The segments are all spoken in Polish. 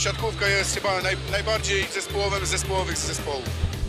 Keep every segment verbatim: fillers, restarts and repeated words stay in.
siatkówka jest chyba naj, najbardziej zespołowym z zespołowych z zespołów.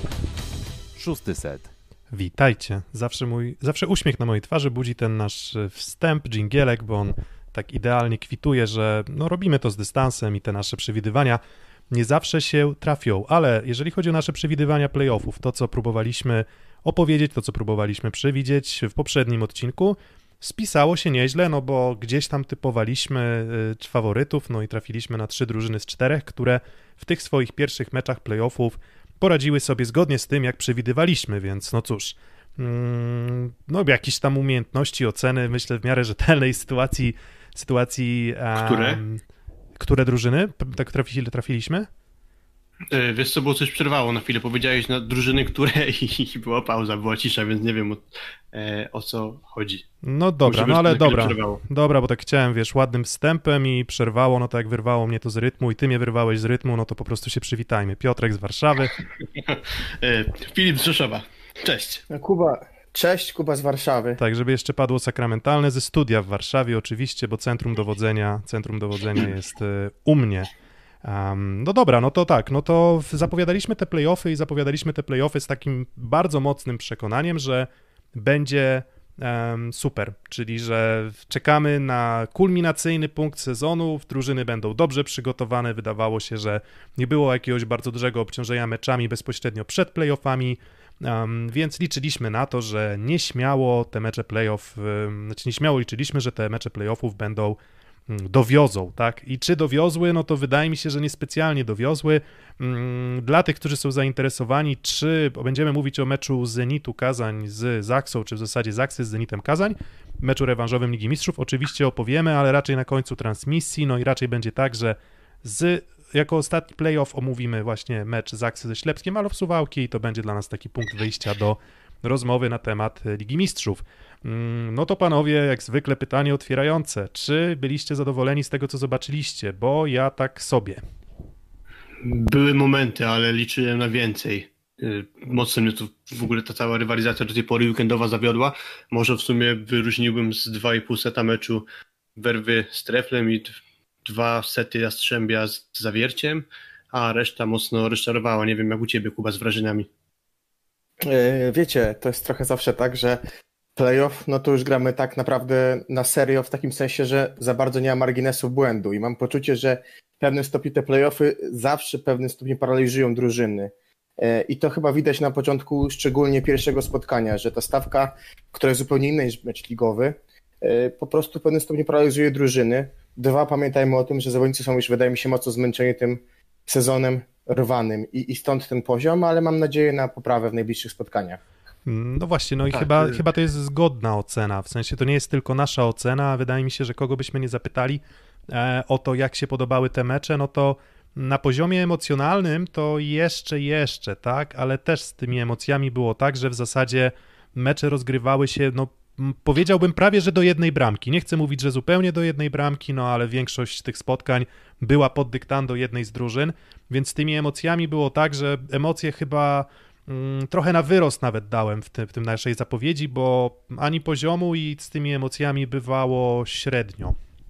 Szósty set. Witajcie. Zawsze, mój, zawsze uśmiech na mojej twarzy budzi ten nasz wstęp, dżingielek, bo on tak idealnie kwituje, że no, robimy to z dystansem i te nasze przewidywania nie zawsze się trafią, ale jeżeli chodzi o nasze przewidywania playoffów, to co próbowaliśmy opowiedzieć, to co próbowaliśmy przewidzieć w poprzednim odcinku, spisało się nieźle, no bo gdzieś tam typowaliśmy y, faworytów, no i trafiliśmy na trzy drużyny z czterech, które w tych swoich pierwszych meczach playoffów poradziły sobie zgodnie z tym, jak przewidywaliśmy, więc no cóż, mm, no jakieś tam umiejętności, oceny, myślę w miarę rzetelnej sytuacji, sytuacji... Um, które? Które drużyny? Tak trafili, trafiliśmy? Yy, wiesz co, było coś przerwało na chwilę, powiedziałeś na drużyny, które i, i była pauza, była cisza, więc nie wiem o, e, o co chodzi. No dobra, Musimy, no ale dobra, przerwało. dobra, bo tak chciałem, wiesz, ładnym wstępem i przerwało, no to jak wyrwało mnie to z rytmu i ty mnie wyrwałeś z rytmu, no to po prostu się przywitajmy. Piotrek z Warszawy. e, Filip z Rzeszowa, cześć. Kuba, cześć, Kuba z Warszawy. Tak, żeby jeszcze padło sakramentalne ze studia w Warszawie oczywiście, bo centrum dowodzenia, centrum dowodzenia jest y, u mnie. Um, no dobra, no to tak, no to zapowiadaliśmy te play-offy i zapowiadaliśmy te play-offy z takim bardzo mocnym przekonaniem, że będzie um, super, czyli że czekamy na kulminacyjny punkt sezonu, drużyny będą dobrze przygotowane, wydawało się, że nie było jakiegoś bardzo dużego obciążenia meczami bezpośrednio przed play-offami, um, więc liczyliśmy na to, że nieśmiało te mecze play-off, um, znaczy nieśmiało liczyliśmy, że te mecze play-offów będą dowiozą, tak? I czy dowiozły, no to wydaje mi się, że niespecjalnie dowiozły. Dla tych, którzy są zainteresowani, czy będziemy mówić o meczu Zenitu Kazań z Zaksą, czy w zasadzie Zaksy z Zenitem Kazań, meczu rewanżowym Ligi Mistrzów, oczywiście opowiemy, ale raczej na końcu transmisji, no i raczej będzie tak, że z, jako ostatni playoff omówimy właśnie mecz Zaksy ze Ślepskiem, ale w Suwałki i to będzie dla nas taki punkt wyjścia do rozmowy na temat Ligi Mistrzów. No to panowie, jak zwykle pytanie otwierające. Czy byliście zadowoleni z tego, co zobaczyliście? Bo ja tak sobie. Były momenty, ale liczyłem na więcej. Mocno mnie to w ogóle ta cała rywalizacja do tej pory weekendowa zawiodła. Może w sumie wyróżniłbym z dwa i pół seta meczu Werwy z Treflem i dwa sety Jastrzębia z Zawierciem, a reszta mocno rozczarowała. Nie wiem, jak u ciebie, Kuba, z wrażeniami. Wiecie, to jest trochę zawsze tak, że playoff, no to już gramy tak naprawdę na serio, w takim sensie, że za bardzo nie ma marginesu błędu i mam poczucie, że w pewnym stopniu te playoffy zawsze w pewnym stopniu paraliżują drużyny. I to chyba widać na początku szczególnie pierwszego spotkania, że ta stawka, która jest zupełnie inna niż mecz ligowy, po prostu w pewnym stopniu paraliżuje drużyny. Dwa, pamiętajmy o tym, że zawodnicy są już, wydaje mi się, mocno zmęczeni tym sezonem rwanym i, i stąd ten poziom, ale mam nadzieję na poprawę w najbliższych spotkaniach. No właśnie, no i tak, chyba, y- chyba to jest zgodna ocena, w sensie to nie jest tylko nasza ocena, a wydaje mi się, że kogo byśmy nie zapytali e, o to, jak się podobały te mecze, no to na poziomie emocjonalnym to jeszcze, jeszcze, tak, ale też z tymi emocjami było tak, że w zasadzie mecze rozgrywały się, no powiedziałbym prawie, że do jednej bramki. Nie chcę mówić, że zupełnie do jednej bramki, no ale większość tych spotkań była pod dyktando jednej z drużyn, więc z tymi emocjami było tak, że emocje chyba mm, trochę na wyrost nawet dałem w, ty, w tym naszej zapowiedzi, bo ani poziomu i z tymi emocjami bywało średnio.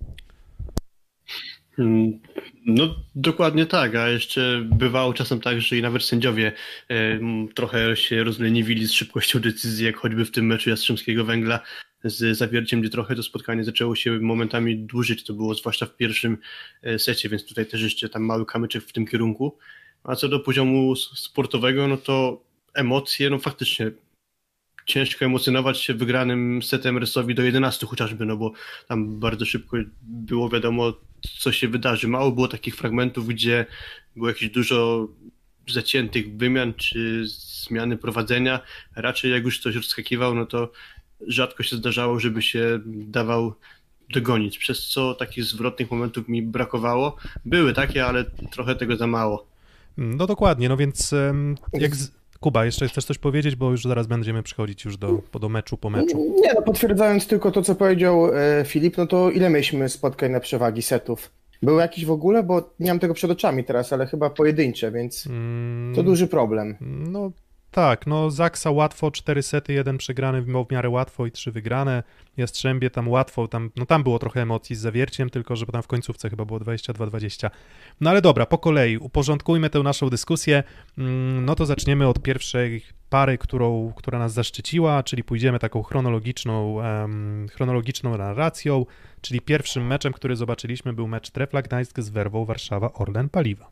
No dokładnie tak, a jeszcze bywało czasem tak, że i nawet sędziowie e, trochę się rozleniwili z szybkością decyzji, jak choćby w tym meczu Jastrzębskiego Węgla z Zawierciem, gdzie trochę to spotkanie zaczęło się momentami dłużyć, to było zwłaszcza w pierwszym secie, więc tutaj też jeszcze tam mały kamyczek w tym kierunku. A co do poziomu sportowego, no to emocje, no faktycznie ciężko emocjonować się wygranym setem Resowi do jedenastu chociażby, no bo tam bardzo szybko było wiadomo, co się wydarzy. Mało było takich fragmentów, gdzie było jakieś dużo zaciętych wymian czy zmiany prowadzenia. Raczej jak już ktoś rozskakiwał, no to rzadko się zdarzało, żeby się dawał dogonić, przez co takich zwrotnych momentów mi brakowało. Były takie, ale trochę tego za mało. No dokładnie, no więc jak... Z... Kuba, jeszcze chcesz coś powiedzieć, bo już zaraz będziemy przechodzić już do, do meczu po meczu. Nie, no potwierdzając tylko to, co powiedział e, Filip, no to ile mieliśmy spotkań na przewagi setów? Były jakieś w ogóle? Bo nie mam tego przed oczami teraz, ale chyba pojedyncze, więc to duży problem. No tak, no Zaksa łatwo, cztery sety, jeden przegrany w miarę łatwo i trzy wygrane. Jastrzębie tam łatwo, tam, no tam było trochę emocji z Zawierciem, tylko że tam w końcówce chyba było dwadzieścia dwa dwadzieścia. No ale dobra, po kolei, uporządkujmy tę naszą dyskusję. No to zaczniemy od pierwszej pary, którą, która nas zaszczyciła, czyli pójdziemy taką chronologiczną, um, chronologiczną narracją, czyli pierwszym meczem, który zobaczyliśmy, był mecz Trefla Gdańsk z Werwą Warszawa Orlen Paliwa.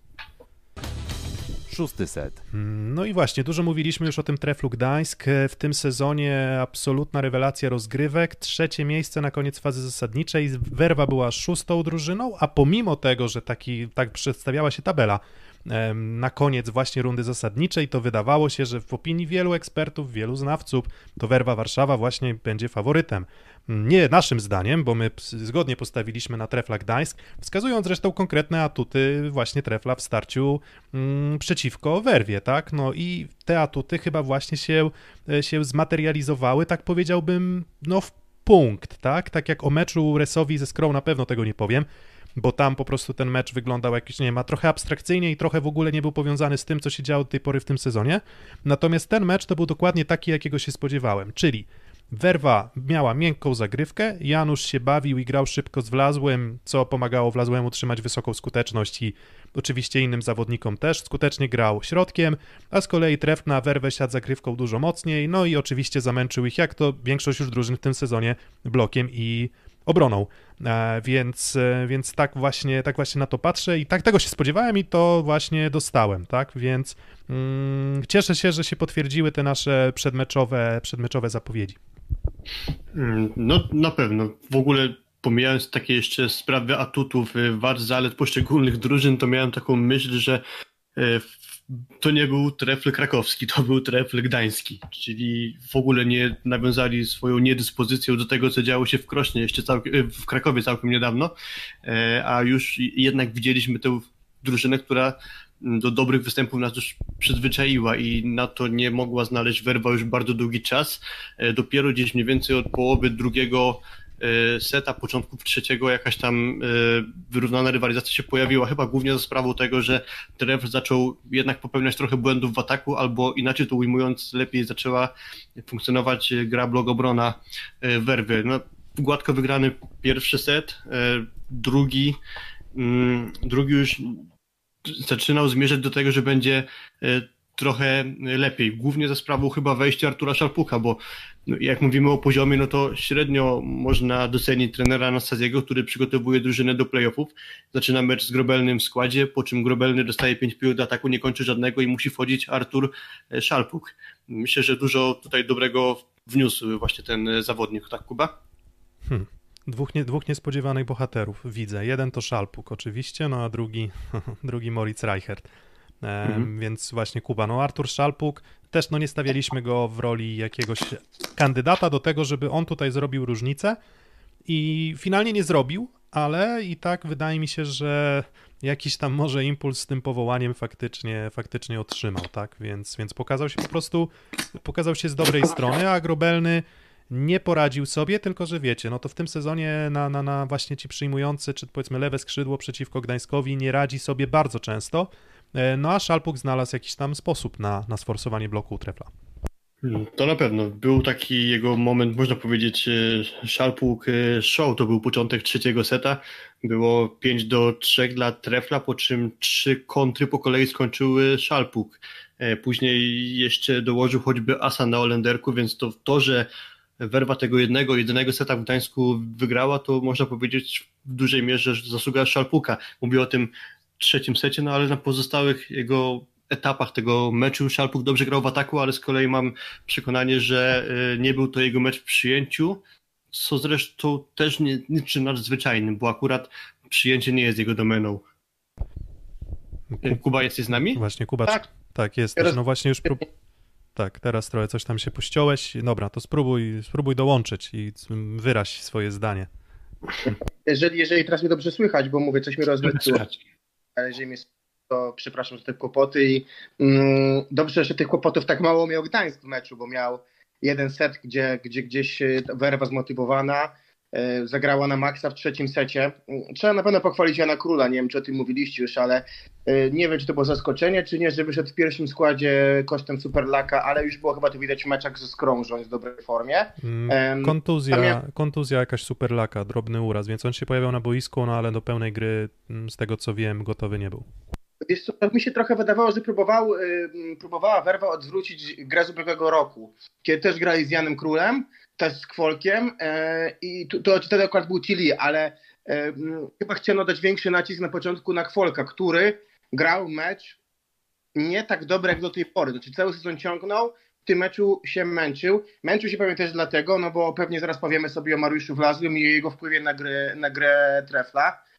Szósty set. No i właśnie, dużo mówiliśmy już o tym Treflu Gdańsk. W tym sezonie absolutna rewelacja rozgrywek. Trzecie miejsce na koniec fazy zasadniczej. Werwa była szóstą drużyną, a pomimo tego, że taki, tak przedstawiała się tabela na koniec właśnie rundy zasadniczej, to wydawało się, że w opinii wielu ekspertów, wielu znawców, to Werwa Warszawa właśnie będzie faworytem. Nie naszym zdaniem, bo my zgodnie postawiliśmy na Trefla Gdańsk, wskazując zresztą konkretne atuty właśnie Trefla w starciu mm, przeciwko Werwie, tak? No i te atuty chyba właśnie się, się zmaterializowały, tak powiedziałbym, no w punkt, tak? Tak jak o meczu Resowi ze Skrą na pewno tego nie powiem, bo tam po prostu ten mecz wyglądał jakiś, nie wiem, a trochę abstrakcyjnie i trochę w ogóle nie był powiązany z tym, co się działo do tej pory w tym sezonie. Natomiast ten mecz to był dokładnie taki, jakiego się spodziewałem, czyli Werwa miała miękką zagrywkę, Janusz się bawił i grał szybko z Wlazłym, co pomagało Wlazłemu trzymać wysoką skuteczność i oczywiście innym zawodnikom też. Skutecznie grał środkiem, a z kolei Tref na Werwę siadł zagrywką dużo mocniej, no i oczywiście zamęczył ich, jak to większość już drużyn w tym sezonie, blokiem i obroną, e, więc, e, więc tak właśnie tak właśnie na to patrzę i tak tego się spodziewałem i to właśnie dostałem, tak, więc mm, cieszę się, że się potwierdziły te nasze przedmeczowe, przedmeczowe zapowiedzi. No na pewno, w ogóle pomijając takie jeszcze sprawy atutów, wad, zalet poszczególnych drużyn, to miałem taką myśl, że to nie był Trefl krakowski, to był Trefl gdański, czyli w ogóle nie nawiązali swoją niedyspozycją do tego, co działo się w Krośnie jeszcze całkiem, w Krakowie całkiem niedawno, a już jednak widzieliśmy tę drużynę, która do dobrych występów nas już przyzwyczaiła i na to nie mogła znaleźć Werwa już bardzo długi czas. Dopiero gdzieś mniej więcej od połowy drugiego seta, początków trzeciego jakaś tam wyrównana rywalizacja się pojawiła, chyba głównie za sprawą tego, że Tref zaczął jednak popełniać trochę błędów w ataku, albo inaczej to ujmując, lepiej zaczęła funkcjonować gra blok-obrona Werwy. No, gładko wygrany pierwszy set, drugi, drugi już zaczynał zmierzać do tego, że będzie trochę lepiej, głównie za sprawą chyba wejścia Artura Szalpucha, bo jak mówimy o poziomie, no to średnio można docenić trenera Anastazjego, który przygotowuje drużynę do playoffów. Zaczyna mecz z Grobelnym w składzie, po czym Grobelny dostaje pięć piłek do ataku, nie kończy żadnego i musi wchodzić Artur Szalpuch. Myślę, że dużo tutaj dobrego wniósł właśnie ten zawodnik, tak Kuba? Hmm. Dwóch, nie, dwóch niespodziewanych bohaterów widzę. Jeden to Szalpuk oczywiście, no a drugi, drugi Moritz Reichert. E, mhm. Więc właśnie Kuba, no Artur Szalpuk, też no nie stawialiśmy go w roli jakiegoś kandydata do tego, żeby on tutaj zrobił różnicę i finalnie nie zrobił, ale i tak wydaje mi się, że jakiś tam może impuls z tym powołaniem faktycznie, faktycznie otrzymał, tak, więc, więc pokazał się po prostu, pokazał się z dobrej strony, a Grobelny nie poradził sobie, tylko że wiecie, no to w tym sezonie na, na, na właśnie ci przyjmujący, czy powiedzmy lewe skrzydło przeciwko Gdańskowi nie radzi sobie bardzo często, no a Szalpuk znalazł jakiś tam sposób na, na sforsowanie bloku u Trefla. To na pewno. Był taki jego moment, można powiedzieć, Szalpuk show, to był początek trzeciego seta, było pięć do trzech dla Trefla, po czym trzy kontry po kolei skończyły Szalpuk. Później jeszcze dołożył choćby asa na Olenderku, więc to, to że Werwa tego jednego, jedynego seta w Gdańsku wygrała, to można powiedzieć w dużej mierze zasługa Szalpuka. Mówię o tym trzecim secie, no ale na pozostałych jego etapach tego meczu Szalpuk dobrze grał w ataku, ale z kolei mam przekonanie, że nie był to jego mecz w przyjęciu, co zresztą też nie, niczym nadzwyczajnym, bo akurat przyjęcie nie jest jego domeną. Kuba, jesteś z nami? Właśnie, Kuba, tak, tak jesteś. No właśnie już prób... Tak, teraz trochę coś tam się pościąłeś. Dobra, to spróbuj, spróbuj dołączyć i wyraź swoje zdanie. Jeżeli, jeżeli teraz mnie dobrze słychać, bo mówię, coś mi rozmyśliło, ale jeżeli mnie to przepraszam za te kłopoty i mm, dobrze, że tych kłopotów tak mało miał Gdańsk w meczu, bo miał jeden set, gdzie, gdzie gdzieś Werwa zmotywowana e, zagrała na maksa w trzecim secie. Trzeba na pewno pochwalić Jana Króla, nie wiem czy o tym mówiliście już, ale e, nie wiem czy to było zaskoczenie, czy nie, że wyszedł w pierwszym składzie kosztem Superlaka, ale już było chyba to widać w meczach ze Skrą, że on jest w dobrej formie. Mm, kontuzja, Pamię- kontuzja jakaś Superlaka, drobny uraz, więc on się pojawiał na boisku, no ale do pełnej gry, z tego co wiem, gotowy nie był. Wiesz co, mi się trochę wydawało, że próbował, y, próbowała Werwa odwrócić grę z ubiegłego roku, kiedy też grali z Janem Królem, też z Kwolkiem y, i to, to wtedy akurat był Tilly, ale y, y, chyba chciano dać większy nacisk na początku na Kwolka, który grał mecz nie tak dobry jak do tej pory, znaczy cały sezon ciągnął, w tym meczu się męczył. Męczył się pewnie też dlatego, no bo pewnie zaraz powiemy sobie o Mariuszu Wlazłym i jego wpływie na grę, na grę Trefla.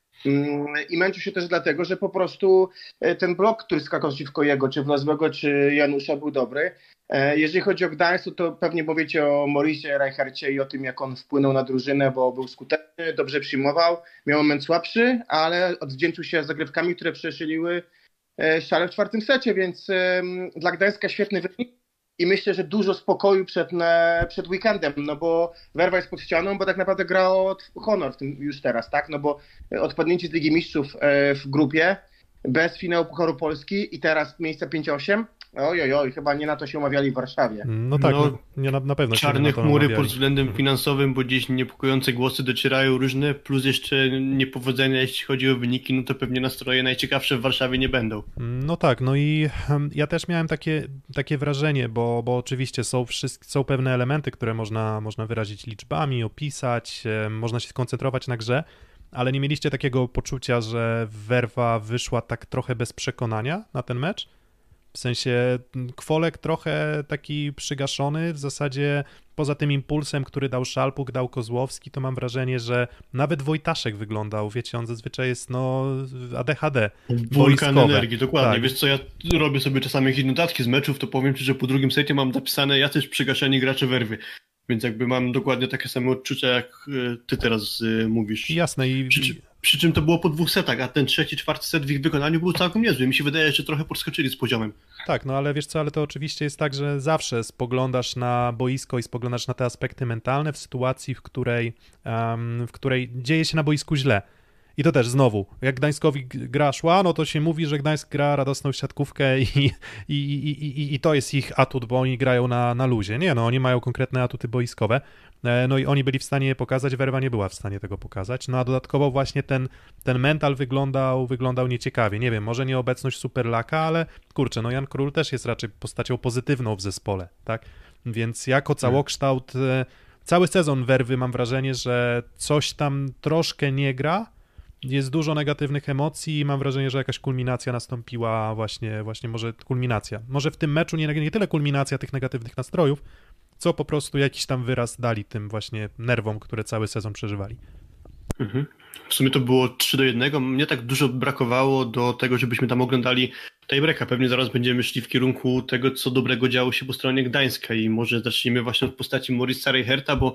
I męczył się też dlatego, że po prostu ten blok, który skakał przeciwko jego, czy Wlazłego, czy Janusza, był dobry. Jeżeli chodzi o Gdańsk, to pewnie powiecie o Morisie Reichercie i o tym, jak on wpłynął na drużynę, bo był skuteczny, dobrze przyjmował, miał moment słabszy, ale odwdzięczył się zagrywkami, które przeszyliły szale w czwartym secie, więc dla Gdańska świetny wynik. I myślę, że dużo spokoju przed, przed weekendem, no bo Werwa jest pod ścianą, bo tak naprawdę gra o honor w tym już teraz, tak? No bo odpadnięcie z Ligi Mistrzów w grupie, bez finału Pucharu Polski i teraz miejsce pięć osiem, oj, oj, oj, chyba nie na to się umawiali w Warszawie. No tak, No, no, nie, na, na pewno się Czarne nie na to chmury umawiali. pod względem finansowym, bo gdzieś niepokojące głosy docierają różne, plus jeszcze niepowodzenia, jeśli chodzi o wyniki, no to pewnie nastroje najciekawsze w Warszawie nie będą. No tak, no i em, ja też miałem takie, takie wrażenie, bo, bo oczywiście są, wszystkie, są pewne elementy, które można, można wyrazić liczbami, opisać, em, można się skoncentrować na grze, ale nie mieliście takiego poczucia, że Werwa wyszła tak trochę bez przekonania na ten mecz? W sensie Kwolek trochę taki przygaszony, w zasadzie poza tym impulsem, który dał Szalpuk, dał Kozłowski, to mam wrażenie, że nawet Wojtaszek wyglądał, wiecie, on zazwyczaj jest no A D H D, Wulkan wojskowe. energii, dokładnie. Tak. Wiesz co, ja robię sobie czasami jakieś notatki z meczów, to powiem ci, że po drugim secie mam zapisane jacyś przygaszeni gracze Werwy. Więc jakby mam dokładnie takie same odczucia, jak y, ty teraz y, mówisz. Jasne i... Przy, czym- przy czym to było po dwóch setach, a ten trzeci, czwarty set w ich wykonaniu był całkiem niezły. Mi się wydaje, że trochę podskoczyli z poziomem. Tak, no ale wiesz co, ale to oczywiście jest tak, że zawsze spoglądasz na boisko i spoglądasz na te aspekty mentalne w sytuacji, w której, um, w której dzieje się na boisku źle. I to też znowu, jak Gdańskowi gra szła, no to się mówi, że Gdańsk gra radosną siatkówkę i, i, i, i, i to jest ich atut, bo oni grają na, na luzie. Nie, no oni mają konkretne atuty boiskowe, no i oni byli w stanie je pokazać, Werwa nie była w stanie tego pokazać, no a dodatkowo właśnie ten, ten mental wyglądał, wyglądał nieciekawie. Nie wiem, może nieobecność Superlaka, ale kurczę, no Jan Król też jest raczej postacią pozytywną w zespole, tak? Więc jako całokształt, cały sezon Werwy mam wrażenie, że coś tam troszkę nie gra, jest dużo negatywnych emocji i mam wrażenie, że jakaś kulminacja nastąpiła właśnie, właśnie może kulminacja. Może w tym meczu nie, nie tyle kulminacja tych negatywnych nastrojów, co po prostu jakiś tam wyraz dali tym właśnie nerwom, które cały sezon przeżywali. Mhm. W sumie to było trzy do jednego. Mnie tak dużo brakowało do tego, żebyśmy tam oglądali tiebreaka. Pewnie zaraz będziemy szli w kierunku tego, co dobrego działo się po stronie Gdańska i może zacznijmy właśnie od postaci Morisa Reicherta, bo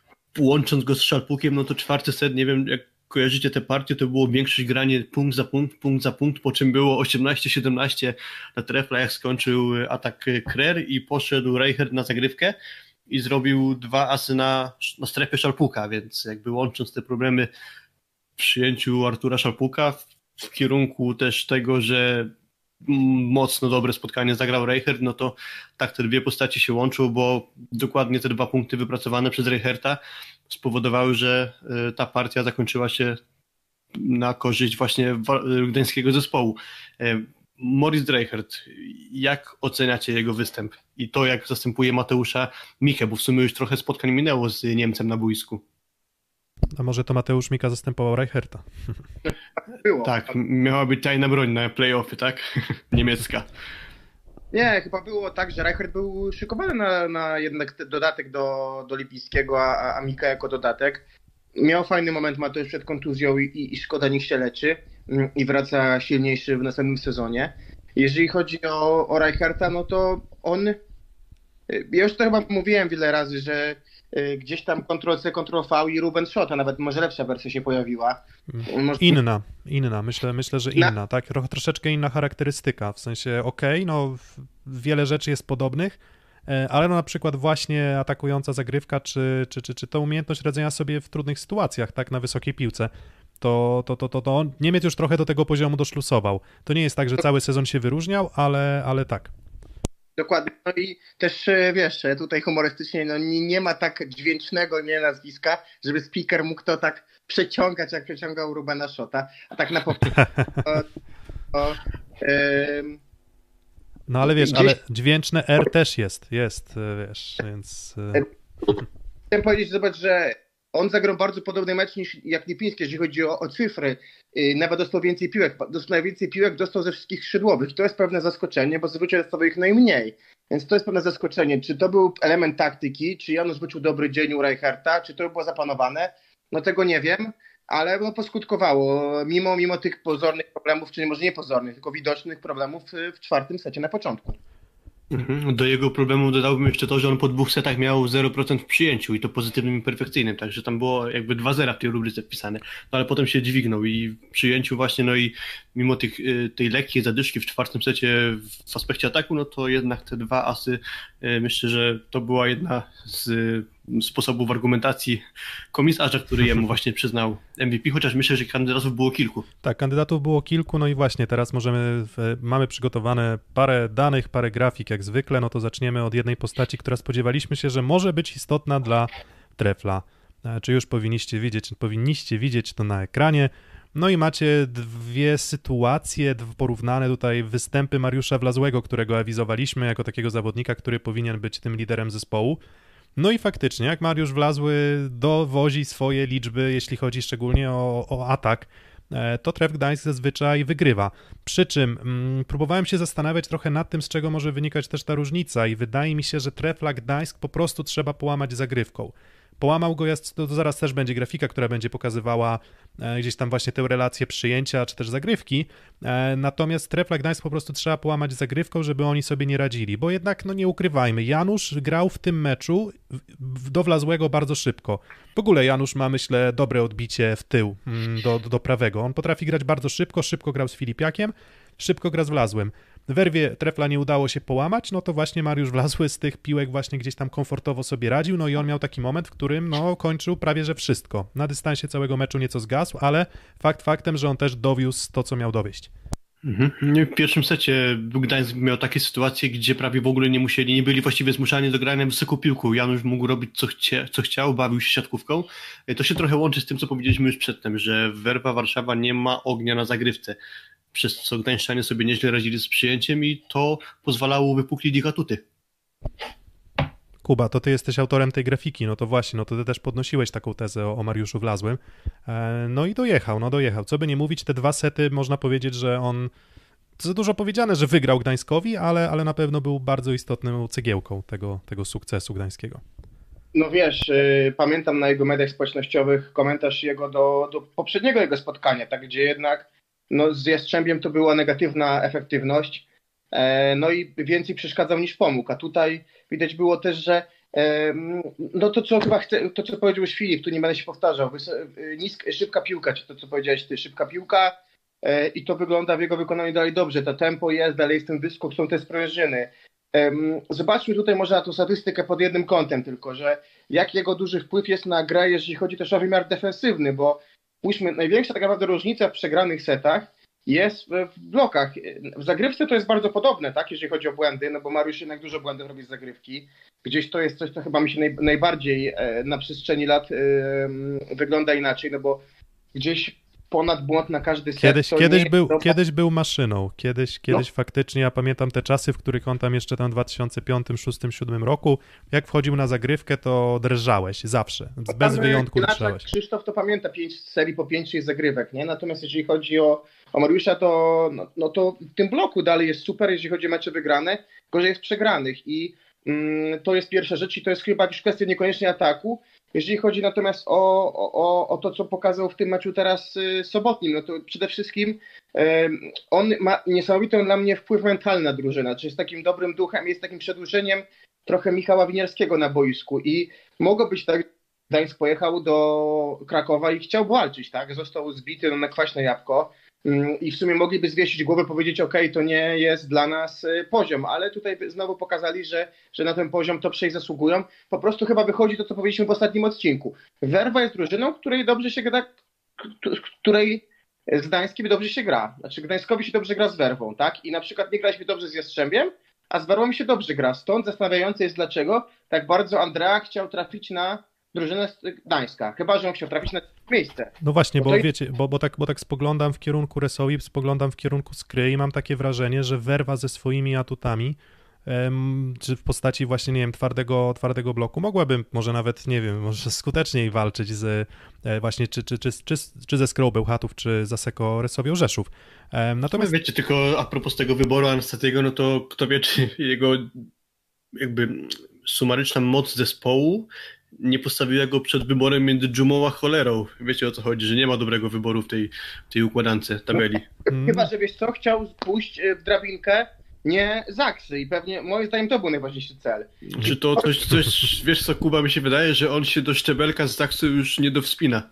łącząc go z Szalpukiem, no to czwarty set, nie wiem jak kojarzycie tę partię, to było większość granie punkt za punkt, punkt za punkt, po czym było osiemnaście siedemnaście na Trefla, jak skończył atak Krer i poszedł Reichert na zagrywkę i zrobił dwa asy na, na strefie Szalpuka, więc jakby łącząc te problemy w przyjęciu Artura Szalpuka w, w kierunku też tego, że mocno dobre spotkanie zagrał Reichert, no to tak te dwie postaci się łączą, bo dokładnie te dwa punkty wypracowane przez Reicherta spowodowały, że ta partia zakończyła się na korzyść właśnie gdańskiego zespołu. Moritz Reichert, jak oceniacie jego występ i to, jak zastępuje Mateusza Mikę, bo w sumie już trochę spotkań minęło z Niemcem na boisku. A może to Mateusz Mika zastępował Reicherta? Było. Tak, miała być tajna broń na play-offy, tak? Niemiecka. Nie, chyba było tak, że Reichert był szykowany na, na jednak dodatek do, do Lipińskiego, a, a Mika jako dodatek. Miał fajny moment Mateusz przed kontuzją i, i, i szkoda, niech się leczy i wraca silniejszy w następnym sezonie. Jeżeli chodzi o, o Reicherta, no to on, ja już to chyba mówiłem wiele razy, że gdzieś tam Ctrl-C, Ctrl-V i Ruben Shot, a nawet może lepsza wersja się pojawiła. Może... Inna, inna, myślę, myślę, że inna, Na... tak? Trochę troszeczkę inna charakterystyka, w sensie okej, okay, no wiele rzeczy jest podobnych, ale no na przykład właśnie atakująca zagrywka, czy, czy, czy, czy to umiejętność radzenia sobie w trudnych sytuacjach, tak, na wysokiej piłce, to, to, to, to, to on, Niemiec już trochę do tego poziomu doszlusował. To nie jest tak, że cały sezon się wyróżniał, ale, ale tak. Dokładnie. No i też, e, wiesz, e, tutaj humorystycznie, no nie, nie ma tak dźwięcznego nie nazwiska, żeby speaker mógł to tak przeciągać, jak przeciągał Rubena Schotta, a tak na powtórkę. No ale wiesz, gdzieś... ale dźwięczne R też jest, jest, wiesz, więc... Chciałem powiedzieć, zobacz, że on zagrał bardzo podobny mecz niż jak Lipiński, jeżeli chodzi o, o cyfry. Yy, nawet dostał więcej piłek. Dostał najwięcej piłek dostał ze wszystkich skrzydłowych. To jest pewne zaskoczenie, bo zazwyczaj dostawał ich najmniej. Więc to jest pewne zaskoczenie. Czy to był element taktyki, czy Janusz wyczuł dobry dzień u Reicherta, czy to było zaplanowane? No tego nie wiem, ale no, poskutkowało. Mimo, mimo tych pozornych problemów, czy może nie pozornych, tylko widocznych problemów w czwartym secie na początku. Mhm. Do jego problemu dodałbym jeszcze to, że on po dwóch setach miał zero procent w przyjęciu i to pozytywnym i perfekcyjnym, także tam było jakby dwa zera w tej rubryce wpisane, no ale potem się dźwignął i w przyjęciu właśnie, no i mimo tych, tej lekkiej zadyszki w czwartym secie w aspekcie ataku, no to jednak te dwa asy, myślę, że to była jedna z sposobów argumentacji komisarza, który jemu właśnie przyznał M V P, chociaż myślę, że kandydatów było kilku. Tak, kandydatów było kilku, no i właśnie teraz możemy, w, mamy przygotowane parę danych, parę grafik jak zwykle, no to zaczniemy od jednej postaci, która spodziewaliśmy się, że może być istotna dla Trefla. Czy już powinniście widzieć, powinniście widzieć to na ekranie. No i macie dwie sytuacje porównane tutaj, występy Mariusza Wlazłego, którego awizowaliśmy jako takiego zawodnika, który powinien być tym liderem zespołu. No i faktycznie, jak Mariusz Wlazły dowozi swoje liczby, jeśli chodzi szczególnie o, o atak, to Tref Gdańsk zazwyczaj wygrywa. Przy czym mm, próbowałem się zastanawiać trochę nad tym, z czego może wynikać też ta różnica i wydaje mi się, że Trefla Gdańsk po prostu trzeba połamać zagrywką. Połamał go, jest, to zaraz też będzie grafika, która będzie pokazywała e, gdzieś tam właśnie tę relację przyjęcia czy też zagrywki, e, natomiast Trefla Gdańsk po prostu trzeba połamać zagrywką, żeby oni sobie nie radzili, bo jednak, no nie ukrywajmy, Janusz grał w tym meczu w, do Wlazłego bardzo szybko. W ogóle Janusz ma, myślę, dobre odbicie w tył do, do, do prawego. On potrafi grać bardzo szybko, szybko grał z Filipiakiem, szybko gra z Wlazłym. W werwie Trefla nie udało się połamać, no to właśnie Mariusz Wlazły z tych piłek właśnie gdzieś tam komfortowo sobie radził, no i on miał taki moment, w którym no kończył prawie że wszystko. Na dystansie całego meczu nieco zgasł, ale fakt faktem, że on też dowiózł to, co miał dowieść. Mhm. W pierwszym secie Gdańsk miał takie sytuacje, gdzie prawie w ogóle nie musieli, nie byli właściwie zmuszani do grania wysoką piłką. Janusz mógł robić co, chcie, co chciał, bawił się siatkówką. To się trochę łączy z tym, co powiedzieliśmy już przedtem, że Werwa Warszawa nie ma ognia na zagrywce, przez co gdańszczanie sobie nieźle radzili z przyjęciem i to pozwalało wypuklić ich atuty. Kuba, to ty jesteś autorem tej grafiki, no to właśnie, no to ty też podnosiłeś taką tezę o, o Mariuszu Wlazłym. E, no i dojechał, no dojechał. Co by nie mówić, te dwa sety można powiedzieć, że on, za dużo powiedziane, że wygrał Gdańskowi, ale, ale na pewno był bardzo istotną cegiełką tego, tego sukcesu gdańskiego. No wiesz, y, pamiętam na jego mediach społecznościowych komentarz jego do, do poprzedniego jego spotkania, tak, gdzie jednak no, z Jastrzębiem to była negatywna efektywność, e, no i więcej przeszkadzał niż pomógł, a tutaj widać było też, że e, no to co chyba chce, to co powiedział już Filip, tu nie będę się powtarzał, nisk, szybka piłka, czy to co powiedziałeś ty, szybka piłka e, i to wygląda w jego wykonaniu dalej dobrze, to tempo jest, dalej jest ten wyskok, są te sprężyny. E, zobaczmy tutaj może na tą statystykę pod jednym kątem tylko, że jak jego duży wpływ jest na grę, jeżeli chodzi też o wymiar defensywny, bo spójrzmy, największa tak naprawdę różnica w przegranych setach jest w blokach. W zagrywce to jest bardzo podobne, tak, jeżeli chodzi o błędy, no bo Mariusz jednak dużo błędów robi z zagrywki. Gdzieś to jest coś, co chyba mi się naj, najbardziej na przestrzeni lat yy, wygląda inaczej, no bo gdzieś ponad błąd na każdy set. Kiedyś, kiedyś, był, to... kiedyś był maszyną, kiedyś, kiedyś no. Faktycznie, ja pamiętam te czasy, w których on tam jeszcze tam w dwa tysiące piątym, szóstym, siódmym roku, jak wchodził na zagrywkę, to drżałeś zawsze, bez tam, wyjątku drżałeś. Krzysztof to pamięta pięć serii po pięć, sześć zagrywek, nie? Natomiast jeżeli chodzi o, o Mariusza, to, no, no to w tym bloku dalej jest super, jeżeli chodzi o mecze wygrane, gorzej jest przegranych i mm, to jest pierwsza rzecz i to jest chyba już kwestia niekoniecznie ataku. Jeżeli chodzi natomiast o, o, o to, co pokazał w tym meczu teraz y, sobotnim, no to przede wszystkim y, on ma niesamowity dla mnie wpływ mentalny na drużynę, czyli jest takim dobrym duchem, jest takim przedłużeniem trochę Michała Winierskiego na boisku i mogło być tak, że Gdańsk pojechał do Krakowa i chciał walczyć, tak? Został zbity no, na kwaśne jabłko. i w sumie mogliby zwiesić głowę, powiedzieć, ok, to nie jest dla nas poziom, ale tutaj znowu pokazali, że, że na ten poziom to przejść zasługują. Po prostu chyba wychodzi to, co powiedzieliśmy w ostatnim odcinku. Werwa jest drużyną, której dobrze się gra, której z Gdańskiem dobrze się gra. Znaczy Gdańskowi się dobrze gra z Werwą, tak? I na przykład nie graliśmy dobrze z Jastrzębiem, a z Werwą się dobrze gra. Stąd zastanawiające jest, dlaczego tak bardzo Andrea chciał trafić na drużynę z Gdańska. Chyba że on chciał trafić na miejsce. No właśnie, bo, bo wiecie, bo, bo, tak, bo tak spoglądam w kierunku Resowi, spoglądam w kierunku Skry i mam takie wrażenie, że Werwa ze swoimi atutami, em, czy w postaci właśnie, nie wiem, twardego, twardego bloku, mogłaby może nawet, nie wiem, może skuteczniej walczyć z e, właśnie, czy, czy, czy, czy, czy ze Skrą Bełchatów, czy z Asseco Resowią Rzeszów. Em, natomiast... No wiecie, tylko a propos tego wyboru Anastatiego, no to kto wie, czy jego jakby sumaryczna moc zespołu nie postawiła go przed wyborem między Dżumą a Cholerą. Wiecie, o co chodzi, że nie ma dobrego wyboru w tej, w tej układance tabeli. No, chyba, że wiesz co, chciał pójść w drabinkę nie Zaksy i pewnie moim zdaniem to był najważniejszy cel. Czy to coś, coś, wiesz co, Kuba, mi się wydaje, że on się do szczebelka z Zaksy już nie dowspina.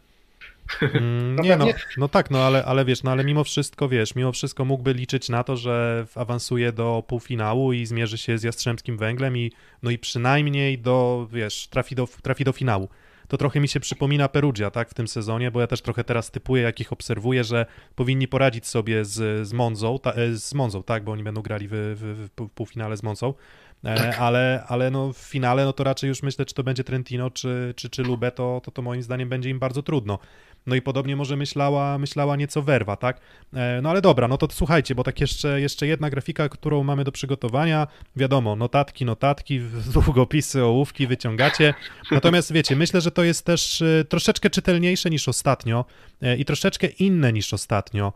Mm, nie, no, no tak, no ale, ale wiesz, no ale mimo wszystko, wiesz, mimo wszystko mógłby liczyć na to, że awansuje do półfinału i zmierzy się z Jastrzębskim Węglem i no i przynajmniej do, wiesz, trafi do, trafi do finału. To trochę mi się przypomina Perugia, tak, w tym sezonie, bo ja też trochę teraz typuję, jakich obserwuję, że powinni poradzić sobie z, z Monzą, ta, z Monzą, tak, bo oni będą grali w, w, w półfinale z Monzą. Tak. Ale, ale no w finale no to raczej już myślę, czy to będzie Trentino, czy, czy, czy Lubę, to, to, to moim zdaniem będzie im bardzo trudno. No i podobnie może myślała, myślała nieco Werwa, tak? No ale dobra, no to słuchajcie, bo tak jeszcze, jeszcze jedna grafika, którą mamy do przygotowania. Wiadomo, notatki, notatki, długopisy, ołówki wyciągacie. Natomiast wiecie, myślę, że to jest też troszeczkę czytelniejsze niż ostatnio i troszeczkę inne niż ostatnio.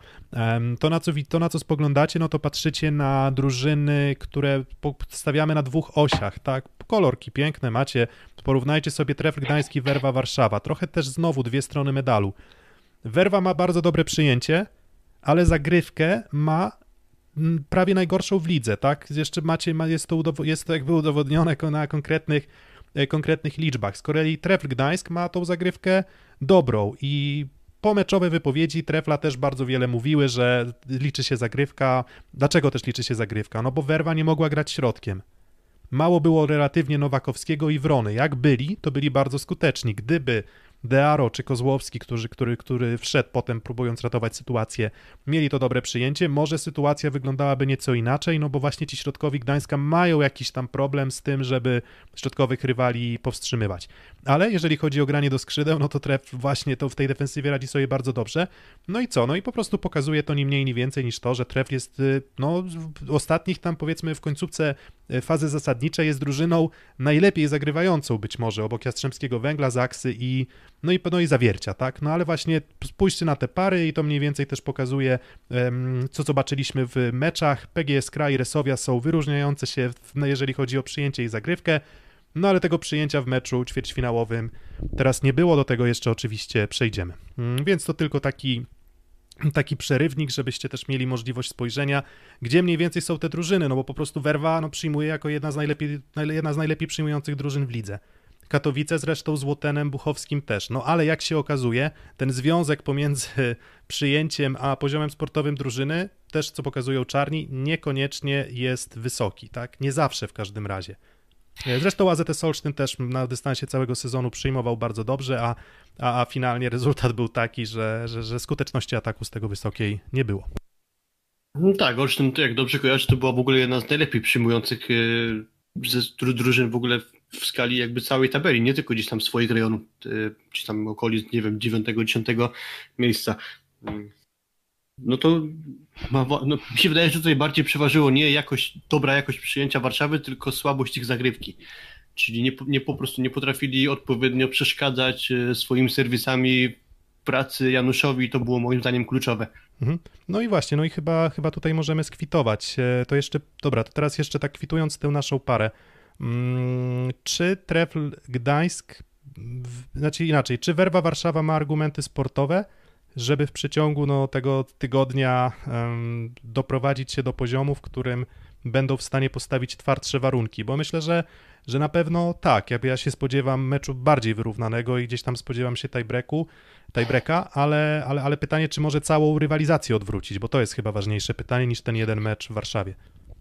To na co, to, na co spoglądacie, no to patrzycie na drużyny, które stawiamy na dwóch osiach, tak? Kolorki piękne macie, porównajcie sobie Trefl Gdański, Werwa Warszawa. Trochę też znowu dwie strony medalu. Werwa ma bardzo dobre przyjęcie, ale zagrywkę ma prawie najgorszą w lidze, tak? Jeszcze macie, jest to, udow- jest to jakby udowodnione na konkretnych, konkretnych liczbach. Z kolei Trefl Gdańsk ma tą zagrywkę dobrą i pomeczowe wypowiedzi Trefla też bardzo wiele mówiły, że liczy się zagrywka. Dlaczego też liczy się zagrywka? No bo Werwa nie mogła grać środkiem. Mało było relatywnie Nowakowskiego i Wrony. Jak byli, to byli bardzo skuteczni. Gdyby Dearo czy Kozłowski, który, który, który wszedł potem próbując ratować sytuację, mieli to dobre przyjęcie, może sytuacja wyglądałaby nieco inaczej, no bo właśnie ci środkowi Gdańska mają jakiś tam problem z tym, żeby środkowych rywali powstrzymywać. Ale jeżeli chodzi o granie do skrzydeł, no to Tref właśnie to w tej defensywie radzi sobie bardzo dobrze. No i co? No i po prostu pokazuje to ni mniej, ni więcej niż to, że Tref jest no w ostatnich tam powiedzmy w końcówce fazy zasadniczej jest drużyną najlepiej zagrywającą być może obok Jastrzębskiego Węgla, Zaksy i no i, no i Zawiercia, tak? No ale właśnie spójrzcie na te pary i to mniej więcej też pokazuje, um, co zobaczyliśmy w meczach. P G S Kra i Resowia są wyróżniające się, w, no jeżeli chodzi o przyjęcie i zagrywkę, no ale tego przyjęcia w meczu ćwierćfinałowym teraz nie było, do tego jeszcze oczywiście przejdziemy. Um, więc to tylko taki taki przerywnik, żebyście też mieli możliwość spojrzenia, gdzie mniej więcej są te drużyny, no bo po prostu Werwa no, przyjmuje jako jedna z najlepiej, jedna z najlepiej przyjmujących drużyn w lidze. Katowice zresztą z Łotenem Buchowskim też. No ale jak się okazuje, ten związek pomiędzy przyjęciem a poziomem sportowym drużyny, też co pokazują czarni, niekoniecznie jest wysoki, tak? Nie zawsze w każdym razie. Zresztą A Z S Olsztyn też na dystansie całego sezonu przyjmował bardzo dobrze, a, a, a finalnie rezultat był taki, że, że, że skuteczności ataku z tego wysokiej nie było. No tak, Olsztyn, jak dobrze kojarzę, to była w ogóle jedna z najlepiej przyjmujących yy, ze drużyn w ogóle w skali jakby całej tabeli, nie tylko gdzieś tam swoich rejonów, yy, gdzieś tam okolic, nie wiem, dziewiątego, dziesiątego miejsca. Yy. No to ma, no, mi się wydaje, że tutaj bardziej przeważyło nie jakość, dobra jakość przyjęcia Warszawy, tylko słabość ich zagrywki. Czyli nie, nie po prostu nie potrafili odpowiednio przeszkadzać swoimi serwisami pracy Januszowi i to było moim zdaniem kluczowe. Mhm. No i właśnie, no i chyba, chyba tutaj możemy skwitować. To jeszcze, dobra, to teraz jeszcze tak kwitując tę naszą parę. Hmm, czy Trefl Gdańsk, w, znaczy inaczej, czy Werwa Warszawa ma argumenty sportowe, żeby w przeciągu no, tego tygodnia um, doprowadzić się do poziomu, w którym będą w stanie postawić twardsze warunki, bo myślę, że, że na pewno tak, jakby ja się spodziewam meczu bardziej wyrównanego i gdzieś tam spodziewam się tiebreaku, tiebreaka, ale, ale, ale pytanie, czy może całą rywalizację odwrócić, bo to jest chyba ważniejsze pytanie niż ten jeden mecz w Warszawie.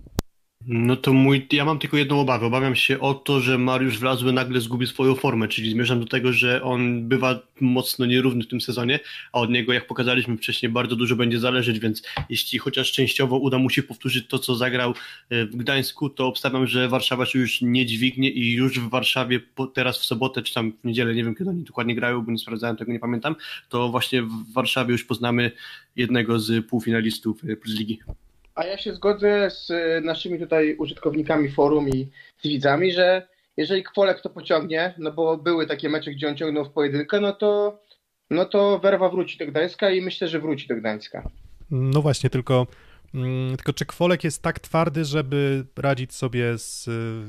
No to mój, ja mam tylko jedną obawę. Obawiam się o to, że Mariusz Wlazły nagle zgubi swoją formę, czyli zmierzam do tego, że on bywa mocno nierówny w tym sezonie, a od niego, jak pokazaliśmy wcześniej, bardzo dużo będzie zależeć, więc jeśli chociaż częściowo uda mu się powtórzyć to, co zagrał w Gdańsku, to obstawiam, że Warszawa się już nie dźwignie i już w Warszawie teraz w sobotę, czy tam w niedzielę, nie wiem kiedy oni dokładnie grają, bo nie sprawdzałem tego, nie pamiętam, to właśnie w Warszawie już poznamy jednego z półfinalistów Plus Ligi. A ja się zgodzę z naszymi tutaj użytkownikami forum i z widzami, że jeżeli Kwolek to pociągnie, no bo były takie mecze, gdzie on ciągnął w pojedynkę, no to, no to Werwa wróci do Gdańska i myślę, że wróci do Gdańska. No właśnie, tylko, tylko czy Kwolek jest tak twardy, żeby radzić sobie z,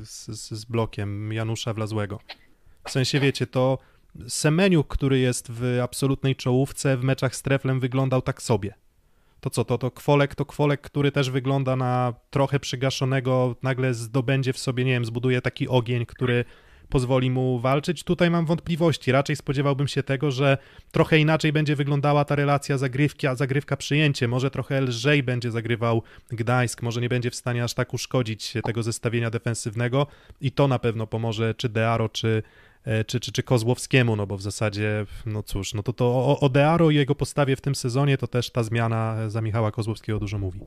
z, z blokiem Janusza Wlazłego? W sensie, wiecie, to Semeniuk, który jest w absolutnej czołówce, w meczach z Treflem wyglądał tak sobie. To co, to, to Kwolek, to Kwolek, który też wygląda na trochę przygaszonego, nagle zdobędzie w sobie, nie wiem, zbuduje taki ogień, który pozwoli mu walczyć. Tutaj mam wątpliwości. Raczej spodziewałbym się tego, że trochę inaczej będzie wyglądała ta relacja zagrywki, a zagrywka przyjęcie. Może trochę lżej będzie zagrywał Gdańsk, może nie będzie w stanie aż tak uszkodzić tego zestawienia defensywnego i to na pewno pomoże czy Dearo, czy Czy, czy, czy Kozłowskiemu, no bo w zasadzie, no cóż, no to, to o, o Dearo i jego postawie w tym sezonie to też ta zmiana za Michała Kozłowskiego dużo mówi.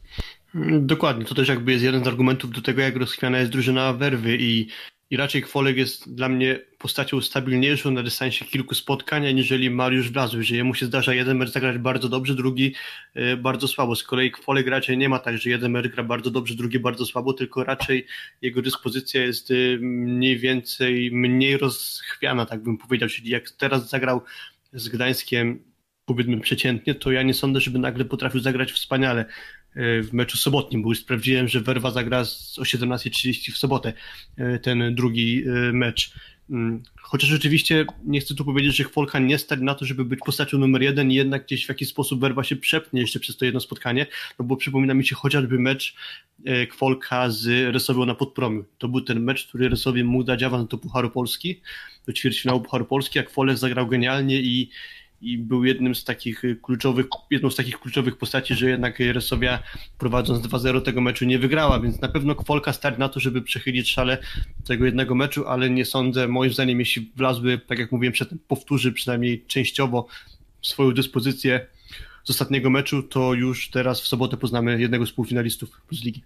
Dokładnie, to też jakby jest jeden z argumentów do tego, jak rozchwiana jest drużyna Werwy i, i raczej Kwolek jest dla mnie postacią stabilniejszą na dystansie kilku spotkań, aniżeli Mariusz Wlazły, że jemu się zdarza jeden mecz zagrać bardzo dobrze, drugi y, bardzo słabo. Z kolei Kwolek raczej nie ma tak, że jeden mecz gra bardzo dobrze, drugi bardzo słabo, tylko raczej jego dyspozycja jest y, mniej więcej mniej rozchwiana, tak bym powiedział, czyli jak teraz zagrał z Gdańskiem powiedzmy przeciętnie, to ja nie sądzę, żeby nagle potrafił zagrać wspaniale w meczu sobotnim, bo już sprawdziłem, że Werwa zagra o siedemnasta trzydzieści w sobotę ten drugi mecz. Chociaż rzeczywiście nie chcę tu powiedzieć, że Kwolka nie stać na to, żeby być postacią numer jeden i jednak gdzieś w jakiś sposób Werwa się przepnie jeszcze przez to jedno spotkanie, no bo przypomina mi się chociażby mecz Kwolka z Resowią na Podpromiu. To był ten mecz, który Resowie mógł dać awans do Pucharu Polski, do ćwierćfinału Pucharu Polski, a Kwolek zagrał genialnie i i był jednym z takich kluczowych, jedną z takich kluczowych postaci, że jednak Resowia prowadząc dwa zero tego meczu nie wygrała, więc na pewno Kwolka stać na to, żeby przechylić szale tego jednego meczu, ale nie sądzę, moim zdaniem, jeśli Wlazły, tak jak mówiłem przedtem, powtórzy przynajmniej częściowo swoją dyspozycję z ostatniego meczu, to już teraz w sobotę poznamy jednego z półfinalistów Plus Ligi.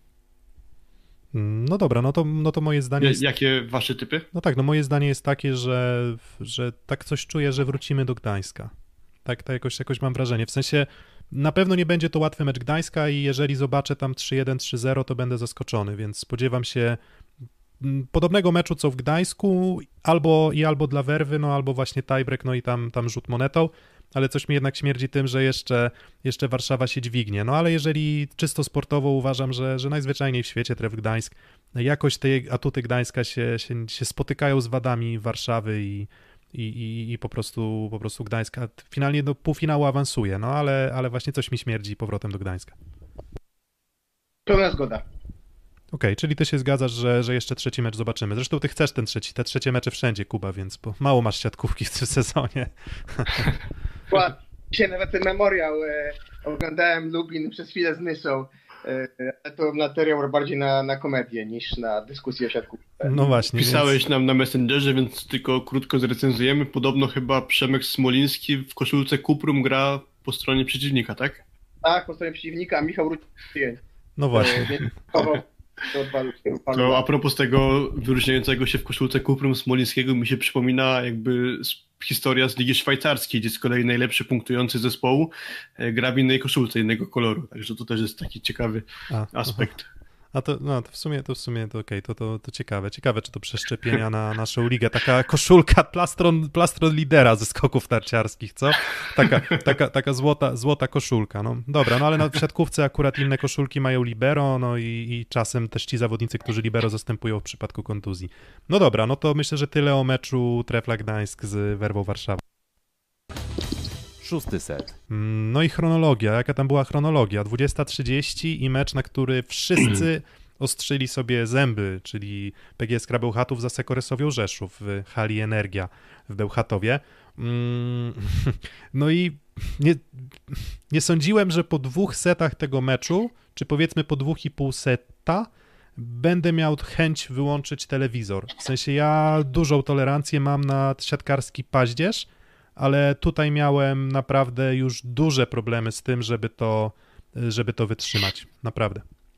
No dobra, no to, no to moje zdanie jest... Jakie wasze typy? No tak, no moje zdanie jest takie, że, że tak coś czuję, że wrócimy do Gdańska. Tak, tak jakoś, jakoś mam wrażenie. W sensie na pewno nie będzie to łatwy mecz Gdańska i jeżeli zobaczę tam trzy jeden, trzy zero, to będę zaskoczony, więc spodziewam się podobnego meczu co w Gdańsku, albo i albo dla Werwy, no albo właśnie tiebreak, no i tam, tam rzut monetą, ale coś mi jednak śmierdzi tym, że jeszcze, jeszcze Warszawa się dźwignie. No ale jeżeli czysto sportowo uważam, że, że najzwyczajniej w świecie tref Gdańsk, jakoś te atuty Gdańska się, się, się spotykają z wadami Warszawy i, i, i, i po prostu po prostu Gdańska finalnie do półfinału awansuje, no ale, ale właśnie coś mi śmierdzi powrotem do Gdańska. Pełna zgoda. Okej, okay, czyli ty się zgadzasz, że, że jeszcze trzeci mecz zobaczymy. Zresztą ty chcesz ten trzeci, te trzecie mecze wszędzie, Kuba, więc bo mało masz siatkówki w tym sezonie. Dzisiaj nawet ten memoriał e, oglądałem Lubin przez chwilę z Nyszą, e, ale to materiał bardziej na, na komedię niż na dyskusję o siatkówce. No właśnie. Pisałeś więc... nam na Messengerze, więc tylko krótko zrecenzujemy. Podobno chyba Przemek Smoliński w koszulce Kuprum gra po stronie przeciwnika, tak? Tak, po stronie przeciwnika, a Michał Rucień. No właśnie. E, To a propos tego wyróżniającego się w koszulce Kuprum Smolińskiego, mi się przypomina jakby historia z Ligi Szwajcarskiej, gdzie z kolei najlepszy punktujący zespołu gra w innej koszulce, innego koloru. Także to też jest taki ciekawy a, aspekt. Aha. A to, no, to w sumie, to w sumie to okej, okay, to, to, to ciekawe. Ciekawe, czy to przeszczepienia na naszą ligę. Taka koszulka plastron, plastron lidera ze skoków narciarskich, co? Taka, taka, taka złota, złota koszulka. No dobra, no ale na w siatkówce akurat inne koszulki mają libero, no i, i czasem też ci zawodnicy, którzy libero zastępują w przypadku kontuzji. No dobra, no to myślę, że tyle o meczu Trefla Gdańsk z Werwą Warszawa. Szósty set. No i chronologia. Jaka tam była chronologia? dwudziesta trzydzieści i mecz, na który wszyscy ostrzyli sobie zęby, czyli P G S K Bełchatów za Sekoresowią Rzeszów w hali Energia w Bełchatowie. Mm, no i nie, nie sądziłem, że po dwóch setach tego meczu, czy powiedzmy po dwóch i pół seta, będę miał chęć wyłączyć telewizor. W sensie ja dużą tolerancję mam na siatkarski paździerz, ale tutaj miałem naprawdę już duże problemy z tym, żeby to, żeby to wytrzymać. Naprawdę.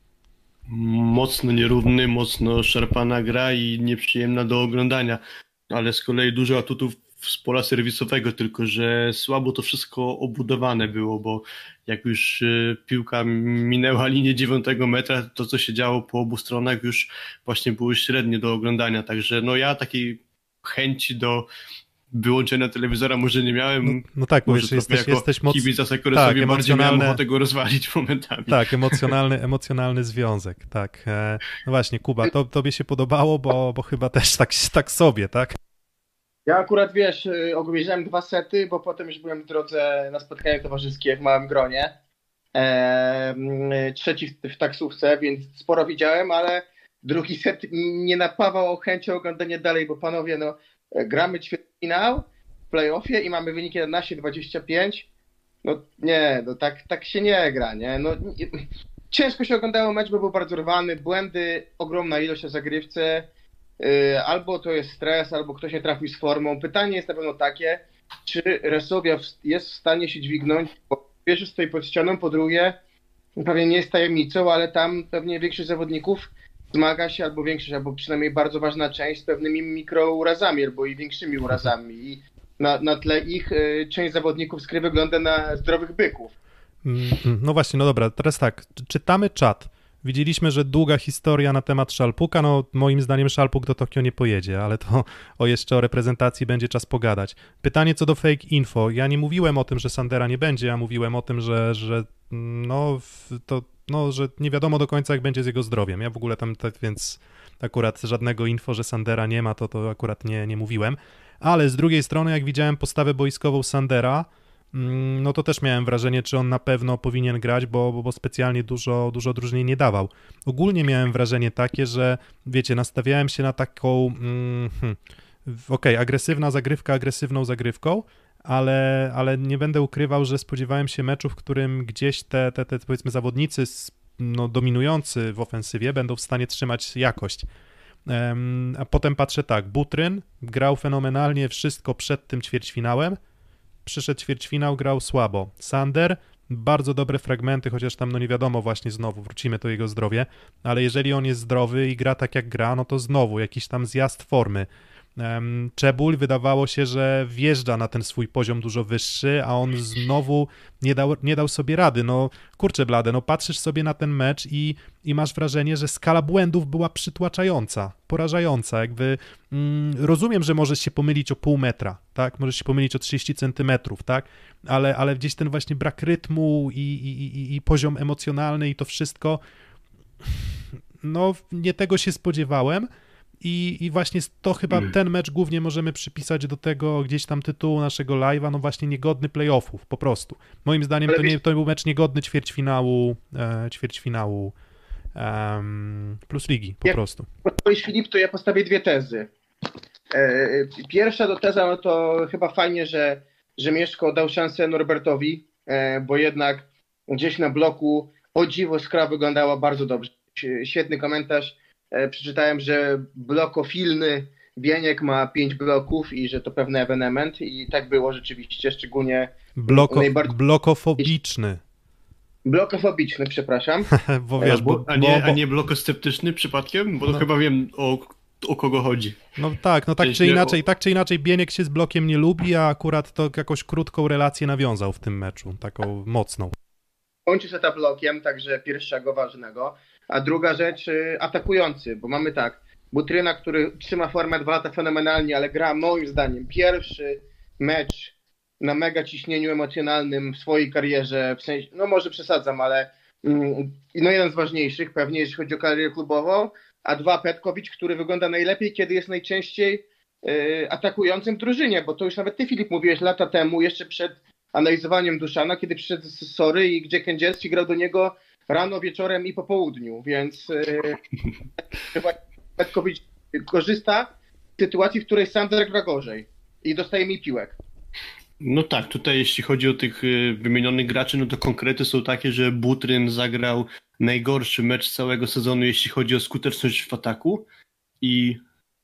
Mocno nierówny, mocno szarpana gra i nieprzyjemna do oglądania, ale z kolei dużo atutów z pola serwisowego, tylko że słabo to wszystko obudowane było, bo jak już piłka minęła linię dziewiątego metra, to co się działo po obu stronach już właśnie było średnie do oglądania, także no ja takiej chęci do wyłączenia telewizora może nie miałem. No, no tak, bo jeszcze jesteś, jako jesteś mocno... kibic za Sekoresowi tak, bardziej miałem emocjonalne... ochotę go rozwalić momentami. Tak, emocjonalny, emocjonalny związek, tak. E, no właśnie, Kuba, to tobie się podobało, bo, bo chyba też tak, tak sobie, tak? Ja akurat, wiesz, obejrzałem dwa sety, bo potem już byłem w drodze na spotkanie towarzyskie w małym gronie. Eee, trzeci w, w taksówce, więc sporo widziałem, ale drugi set nie napawał chęcią oglądania dalej, bo panowie, no gramy ćwierćfinał w play-offie i mamy wynik jedenaście dwadzieścia pięć. No nie, no tak, tak się nie gra, nie? No, nie, ciężko się oglądało mecz, bo był bardzo rwany, błędy, ogromna ilość na zagrywce. Albo to jest stres, albo ktoś nie trafił z formą. Pytanie jest na pewno takie, czy Resowia jest w stanie się dźwignąć, po pierwsze stoi pod ścianą, po drugie pewnie nie jest tajemnicą, ale tam pewnie większość zawodników zmaga się, albo większość, albo przynajmniej bardzo ważna część z pewnymi mikrourazami, albo i większymi urazami i na, na tle ich y, część zawodników z gry wygląda na zdrowych byków. No właśnie, no dobra, teraz tak, czytamy czat. Widzieliśmy, że długa historia na temat Szalpuka, no moim zdaniem Szalpuk do Tokio nie pojedzie, ale to o jeszcze o reprezentacji będzie czas pogadać. Pytanie co do fake info. Ja nie mówiłem o tym, że Sandera nie będzie, ja mówiłem o tym, że, że no to, no, że nie wiadomo do końca jak będzie z jego zdrowiem. Ja w ogóle tam, tak więc akurat żadnego info, że Sandera nie ma, to to akurat nie, nie mówiłem. Ale z drugiej strony jak widziałem postawę boiskową Sandera, no to też miałem wrażenie, czy on na pewno powinien grać, bo, bo, bo specjalnie dużo, dużo drużynie nie dawał. Ogólnie miałem wrażenie takie, że wiecie, nastawiałem się na taką mm, hmm, okej, okay, agresywna zagrywka agresywną zagrywką, ale, ale nie będę ukrywał, że spodziewałem się meczu, w którym gdzieś te, te, te powiedzmy zawodnicy no, dominujący w ofensywie będą w stanie trzymać jakość. Um, a potem patrzę tak, Butryn grał fenomenalnie wszystko przed tym ćwierćfinałem, przyszedł ćwierćfinał, grał słabo. Sander, bardzo dobre fragmenty, chociaż tam no nie wiadomo właśnie znowu, wrócimy to jego zdrowie, ale jeżeli on jest zdrowy i gra tak jak gra, no to znowu jakiś tam zjazd formy. Um, Czebul wydawało się, że wjeżdża na ten swój poziom dużo wyższy, a on znowu nie dał, nie dał sobie rady. No kurczę blade, no patrzysz sobie na ten mecz i, i masz wrażenie, że skala błędów była przytłaczająca, porażająca. Jakby mm, rozumiem, że możesz się pomylić o pół metra, tak? Możesz się pomylić o trzydzieści centymetrów, tak? Ale, ale gdzieś ten właśnie brak rytmu i, i, i, i poziom emocjonalny i to wszystko, no nie tego się spodziewałem. I, I właśnie to chyba mm. ten mecz głównie możemy przypisać do tego gdzieś tam tytułu naszego live'a, no właśnie niegodny playoffów, po prostu. Moim zdaniem to, nie, to był mecz niegodny ćwierćfinału, e, ćwierćfinału um, plus ligi, po Jak prostu. Jak Filip, to ja postawię dwie tezy. E, pierwsza do teza, no to chyba fajnie, że, że Mieszko dał szansę Norbertowi, e, bo jednak gdzieś na bloku o dziwo skra wyglądała bardzo dobrze. Świetny komentarz. Przeczytałem, że blokofilny Bieniek ma pięć bloków i że to pewny ewenement i tak było rzeczywiście, szczególnie Bloko, najbardziej... Blokofobiczny. Blokofobiczny, przepraszam. bo wiesz, bo, a, nie, bo, a nie blokosceptyczny przypadkiem? Bo to no. chyba wiem o, o kogo chodzi. No tak, no tak czy inaczej, tak czy inaczej Bieniek się z blokiem nie lubi, a akurat to jakąś krótką relację nawiązał w tym meczu, taką mocną. Kończy się ta blokiem, także pierwszego ważnego. A druga rzecz, atakujący, bo mamy tak, Butryna, który trzyma formę dwa lata fenomenalnie, ale gra moim zdaniem pierwszy mecz na mega ciśnieniu emocjonalnym w swojej karierze, w sensie, no może przesadzam, ale mm, no jeden z ważniejszych pewnie, jeśli chodzi o karierę klubową, a dwa Petkowicz, który wygląda najlepiej, kiedy jest najczęściej yy, atakującym w drużynie, bo to już nawet ty, Filip, mówiłeś lata temu, jeszcze przed analizowaniem Duszana, kiedy przyszedł z Sory i gdzie Kędzierski grał do niego rano, wieczorem i po południu, więc yy, Petkowicz korzysta z sytuacji, w której Sander gra gorzej i dostaje mi piłek. No tak, tutaj jeśli chodzi o tych wymienionych graczy, no to konkrety są takie, że Butryn zagrał najgorszy mecz całego sezonu, jeśli chodzi o skuteczność w ataku i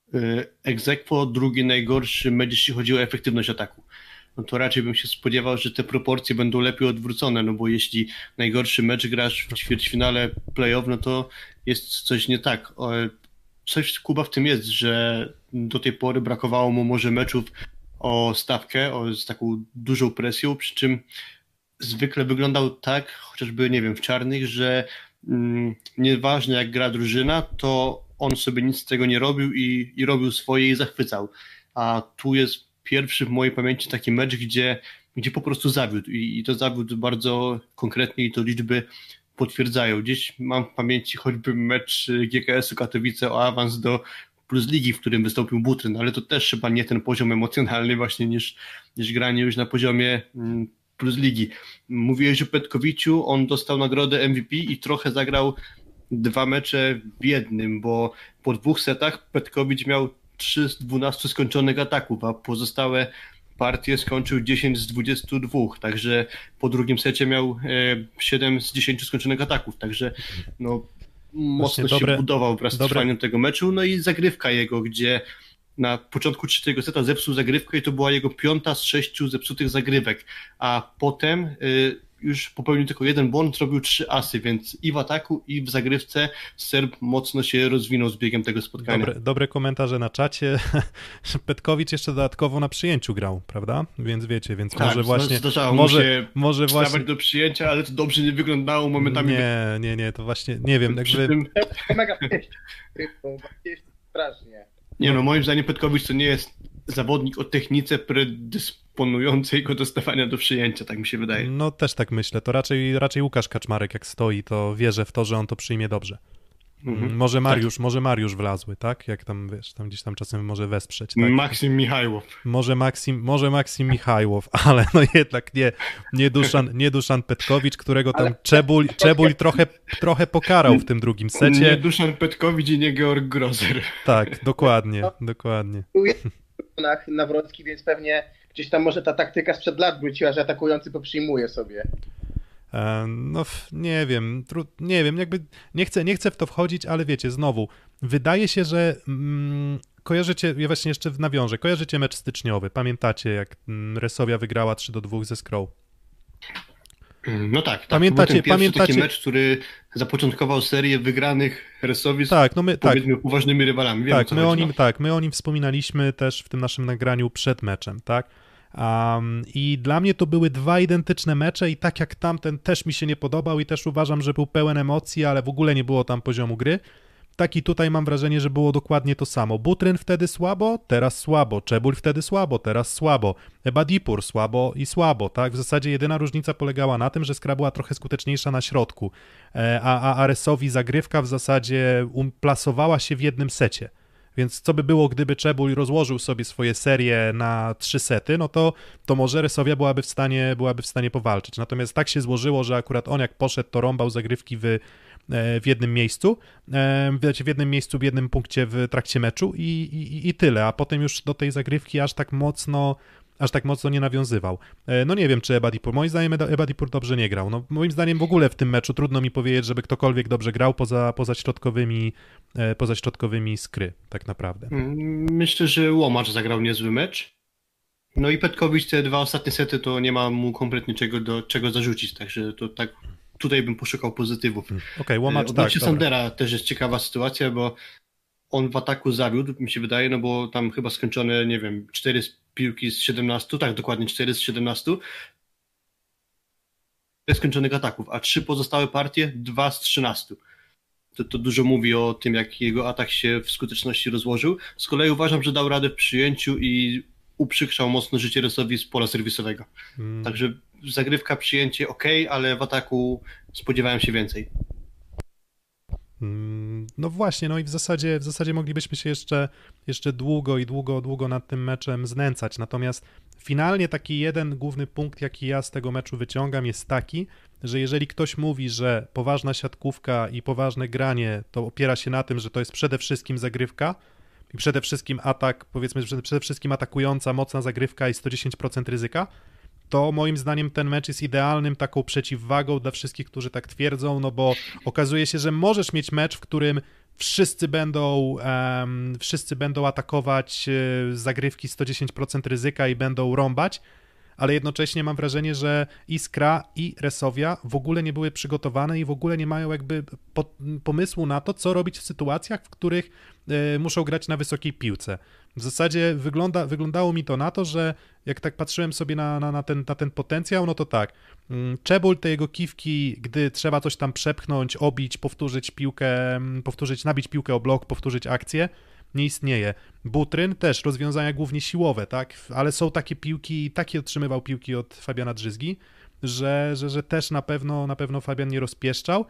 ex aequo drugi najgorszy mecz, jeśli chodzi o efektywność ataku. No to raczej bym się spodziewał, że te proporcje będą lepiej odwrócone, no bo jeśli najgorszy mecz grasz w ćwierćfinale play-off, no to jest coś nie tak. Coś, Kuba, w tym jest, że do tej pory brakowało mu może meczów o stawkę, o, z taką dużą presją, przy czym zwykle wyglądał tak, chociażby, nie wiem, w czarnych, że mm, nieważne jak gra drużyna, to on sobie nic z tego nie robił i, i robił swoje i zachwycał. A tu jest pierwszy w mojej pamięci taki mecz, gdzie, gdzie po prostu zawiódł i, i to zawiódł bardzo konkretnie i to liczby potwierdzają. Gdzieś mam w pamięci choćby mecz G K S-u Katowice o awans do Plus Ligi, w którym wystąpił Butryn, ale to też chyba nie ten poziom emocjonalny właśnie niż, niż granie już na poziomie mm, Plus Ligi. Mówiłeś o Petkowiciu, on dostał nagrodę M V P i trochę zagrał dwa mecze w jednym, bo po dwóch setach Petkowicz miał trzy z dwunastu skończonych ataków, a pozostałe partie skończył dziesięć z dwudziestu dwóch, także po drugim secie miał e, siedem z dziesięciu skończonych ataków, także no mocno się dobre, budował wraz z trwaniem tego meczu, no i zagrywka jego, gdzie na początku trzeciego seta zepsuł zagrywkę i to była jego piąta z sześciu zepsutych zagrywek, a potem y, już popełnił tylko jeden błąd, zrobił trzy asy, więc i w ataku, i w zagrywce Serb mocno się rozwinął z biegiem tego spotkania. Dobre, dobre komentarze na czacie. Petkowicz jeszcze dodatkowo na przyjęciu grał, prawda? Więc wiecie, więc tak, może właśnie... zdarzało może, mu się może właśnie do przyjęcia, ale to dobrze nie wyglądało momentami. Nie, nie, nie, to właśnie, nie wiem, jakby... Tym... Mega strasznie. Nie no, moim zdaniem Petkowicz to nie jest zawodnik o technice predysponującej go do stawania do przyjęcia, tak mi się wydaje. No też tak myślę, to raczej, raczej Łukasz Kaczmarek jak stoi, to wierzę w to, że on to przyjmie dobrze. Mhm. Może Mariusz, tak. może Mariusz Wlazły, tak? Jak tam, wiesz, tam gdzieś tam czasem może wesprzeć. Tak? Maksim Michajłow. Może Maksim, może Maksim Michajłow, ale no jednak nie, nie Duszan, nie Duszan Petkowicz, którego tam ale... Czebul, Czebul trochę, trochę pokarał w tym drugim secie. Nie Duszan Petkowicz i nie Georg Grozer. Tak, dokładnie, no. dokładnie. Nawrocki, więc pewnie gdzieś tam może ta taktyka sprzed lat wróciła, że atakujący poprzyjmuje sobie. No nie wiem, tru, nie wiem, jakby nie chcę, nie chcę w to wchodzić, ale wiecie, znowu, wydaje się, że mm, kojarzycie, ja właśnie jeszcze nawiążę, kojarzycie mecz styczniowy, pamiętacie jak mm, Resowia wygrała trzy do dwóch ze Skrą? No tak, tak. Pamiętacie, to był ten pierwszy pamiętacie... taki mecz, który zapoczątkował serię wygranych Resowi z tak, no my, powiedzmy tak, uważnymi rywalami. Wiem, tak, my chodzi, o nim, no. tak, my o nim wspominaliśmy też w tym naszym nagraniu przed meczem, tak? Um, I dla mnie to były dwa identyczne mecze i tak jak tamten też mi się nie podobał i też uważam, że był pełen emocji, ale w ogóle nie było tam poziomu gry. Tak i tutaj mam wrażenie, że było dokładnie to samo. Butryn wtedy słabo, teraz słabo. Czebul wtedy słabo, teraz słabo. Ebadipur słabo i słabo, tak? W zasadzie jedyna różnica polegała na tym, że Skra była trochę skuteczniejsza na środku, a, a Aresowi zagrywka w zasadzie um, plasowała się w jednym secie. Więc co by było, gdyby Czebul rozłożył sobie swoje serie na trzy sety, no to, to może Resowia byłaby w stanie, byłaby w stanie powalczyć. Natomiast tak się złożyło, że akurat on jak poszedł, to rąbał zagrywki w, w jednym miejscu, w jednym miejscu, w jednym punkcie w trakcie meczu i, i, i tyle, a potem już do tej zagrywki aż tak mocno aż tak mocno nie nawiązywał. No nie wiem, czy Ebadipur, moim zdaniem Ebadipur dobrze nie grał. No, moim zdaniem w ogóle w tym meczu trudno mi powiedzieć, żeby ktokolwiek dobrze grał poza, poza środkowymi poza środkowymi Skry, tak naprawdę. Myślę, że Łomacz zagrał niezły mecz. No i Petkowicz te dwa ostatnie sety to nie ma mu kompletnie czego, do czego zarzucić, także to tak tutaj bym poszukał pozytywów. Okej, okay, Łomacz tak. Odnośnie Sandera też jest ciekawa sytuacja, bo on w ataku zawiódł, mi się wydaje, no bo tam chyba skończone, nie wiem, cztery piłki z siedemnastu, tak dokładnie cztery z siedemnastu skończonych ataków, a trzy pozostałe partie dwa z trzynastu. To, to dużo mówi o tym, jak jego atak się w skuteczności rozłożył. Z kolei uważam, że dał radę w przyjęciu i uprzykrzał mocno życie Resowi z pola serwisowego. Hmm. Także zagrywka, przyjęcie ok, ale w ataku spodziewałem się więcej. No właśnie, no i w zasadzie, w zasadzie moglibyśmy się jeszcze, jeszcze długo i długo, długo nad tym meczem znęcać, natomiast finalnie taki jeden główny punkt, jaki ja z tego meczu wyciągam, jest taki, że jeżeli ktoś mówi, że poważna siatkówka i poważne granie to opiera się na tym, że to jest przede wszystkim zagrywka i przede wszystkim atak, powiedzmy, że przede wszystkim atakująca, mocna zagrywka i sto dziesięć procent ryzyka, to moim zdaniem ten mecz jest idealnym taką przeciwwagą dla wszystkich, którzy tak twierdzą, no bo okazuje się, że możesz mieć mecz, w którym wszyscy będą, um, wszyscy będą atakować z zagrywki sto dziesięć procent ryzyka i będą rąbać, ale jednocześnie mam wrażenie, że Iskra i Resovia w ogóle nie były przygotowane i w ogóle nie mają jakby po, pomysłu na to, co robić w sytuacjach, w których y, muszą grać na wysokiej piłce. W zasadzie wygląda, wyglądało mi to na to, że jak tak patrzyłem sobie na, na, na, ten, na ten potencjał, no to tak, Czebul, te jego kiwki, gdy trzeba coś tam przepchnąć, obić, powtórzyć piłkę, powtórzyć, nabić piłkę o blok, powtórzyć akcję, nie istnieje. Butryn też rozwiązania głównie siłowe, tak, ale są takie piłki, takie otrzymywał piłki od Fabiana Drzyzgi, że, że, że też na pewno, na pewno Fabian nie rozpieszczał.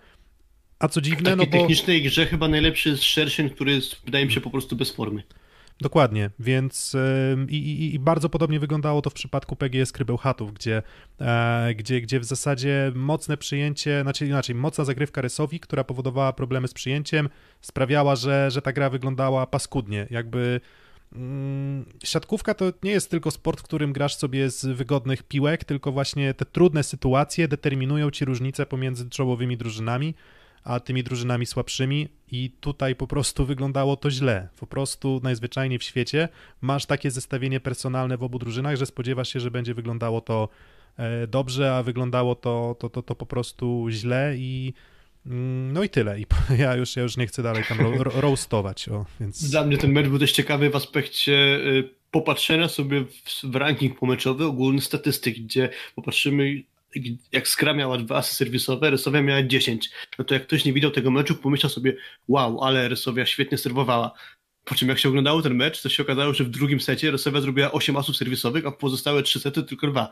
A co dziwne, w no takiej bo... technicznej grze chyba najlepszy jest Szerszeń, który jest, wydaje mi się, po prostu bez formy. Dokładnie, więc yy, i, i bardzo podobnie wyglądało to w przypadku P G S Krybełchatów, gdzie, e, gdzie, gdzie w zasadzie mocne przyjęcie, znaczy inaczej, mocna zagrywka Resowi, która powodowała problemy z przyjęciem, sprawiała, że, że ta gra wyglądała paskudnie, jakby mm, siatkówka to nie jest tylko sport, w którym grasz sobie z wygodnych piłek, tylko właśnie te trudne sytuacje determinują ci różnice pomiędzy czołowymi drużynami, a tymi drużynami słabszymi i tutaj po prostu wyglądało to źle. Po prostu najzwyczajniej w świecie masz takie zestawienie personalne w obu drużynach, że spodziewasz się, że będzie wyglądało to dobrze, a wyglądało to, to, to, to po prostu źle i no i tyle. I ja już, ja już nie chcę dalej tam ro, ro, roastować. O, więc... Dla mnie ten mecz był też ciekawy w aspekcie popatrzenia sobie w, w ranking pomeczowy, ogólny statystyk, gdzie popatrzymy, jak Skra miała dwa asy serwisowe, Resovia miała dziesięć. No to jak ktoś nie widział tego meczu, pomyślał sobie, wow, ale Resovia świetnie serwowała. Po czym jak się oglądało ten mecz, to się okazało, że w drugim secie Resovia zrobiła osiem asów serwisowych, a w pozostałe trzy sety tylko dwa.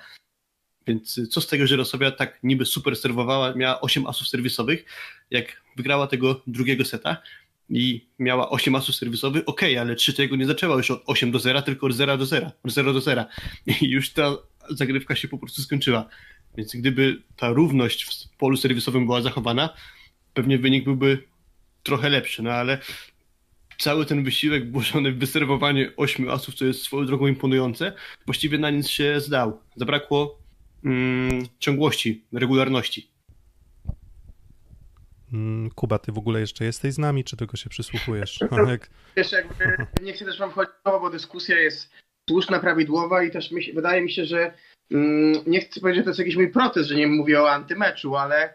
Więc co z tego, że Resovia tak niby super serwowała, miała osiem asów serwisowych, jak wygrała tego drugiego seta i miała osiem asów serwisowych, okej, okay, ale trzy tego nie zaczęła już od osiem do zera, tylko od zera do zera, od zera do zera. I już ta zagrywka się po prostu skończyła. Więc gdyby ta równość w polu serwisowym była zachowana, pewnie wynik byłby trochę lepszy, no ale cały ten wysiłek włożony w wyserwowanie ośmiu asów, co jest swoją drogą imponujące, właściwie na nic się zdał. Zabrakło mm, ciągłości, regularności. Kuba, ty w ogóle jeszcze jesteś z nami, czy tylko się przysłuchujesz? Jak... Wiesz, jakby nie chcę też wam wchodzić, bo dyskusja jest słuszna, prawidłowa i też mi się, wydaje mi się, że mm, nie chcę powiedzieć, że to jest jakiś mój protest, że nie mówię o antymeczu, ale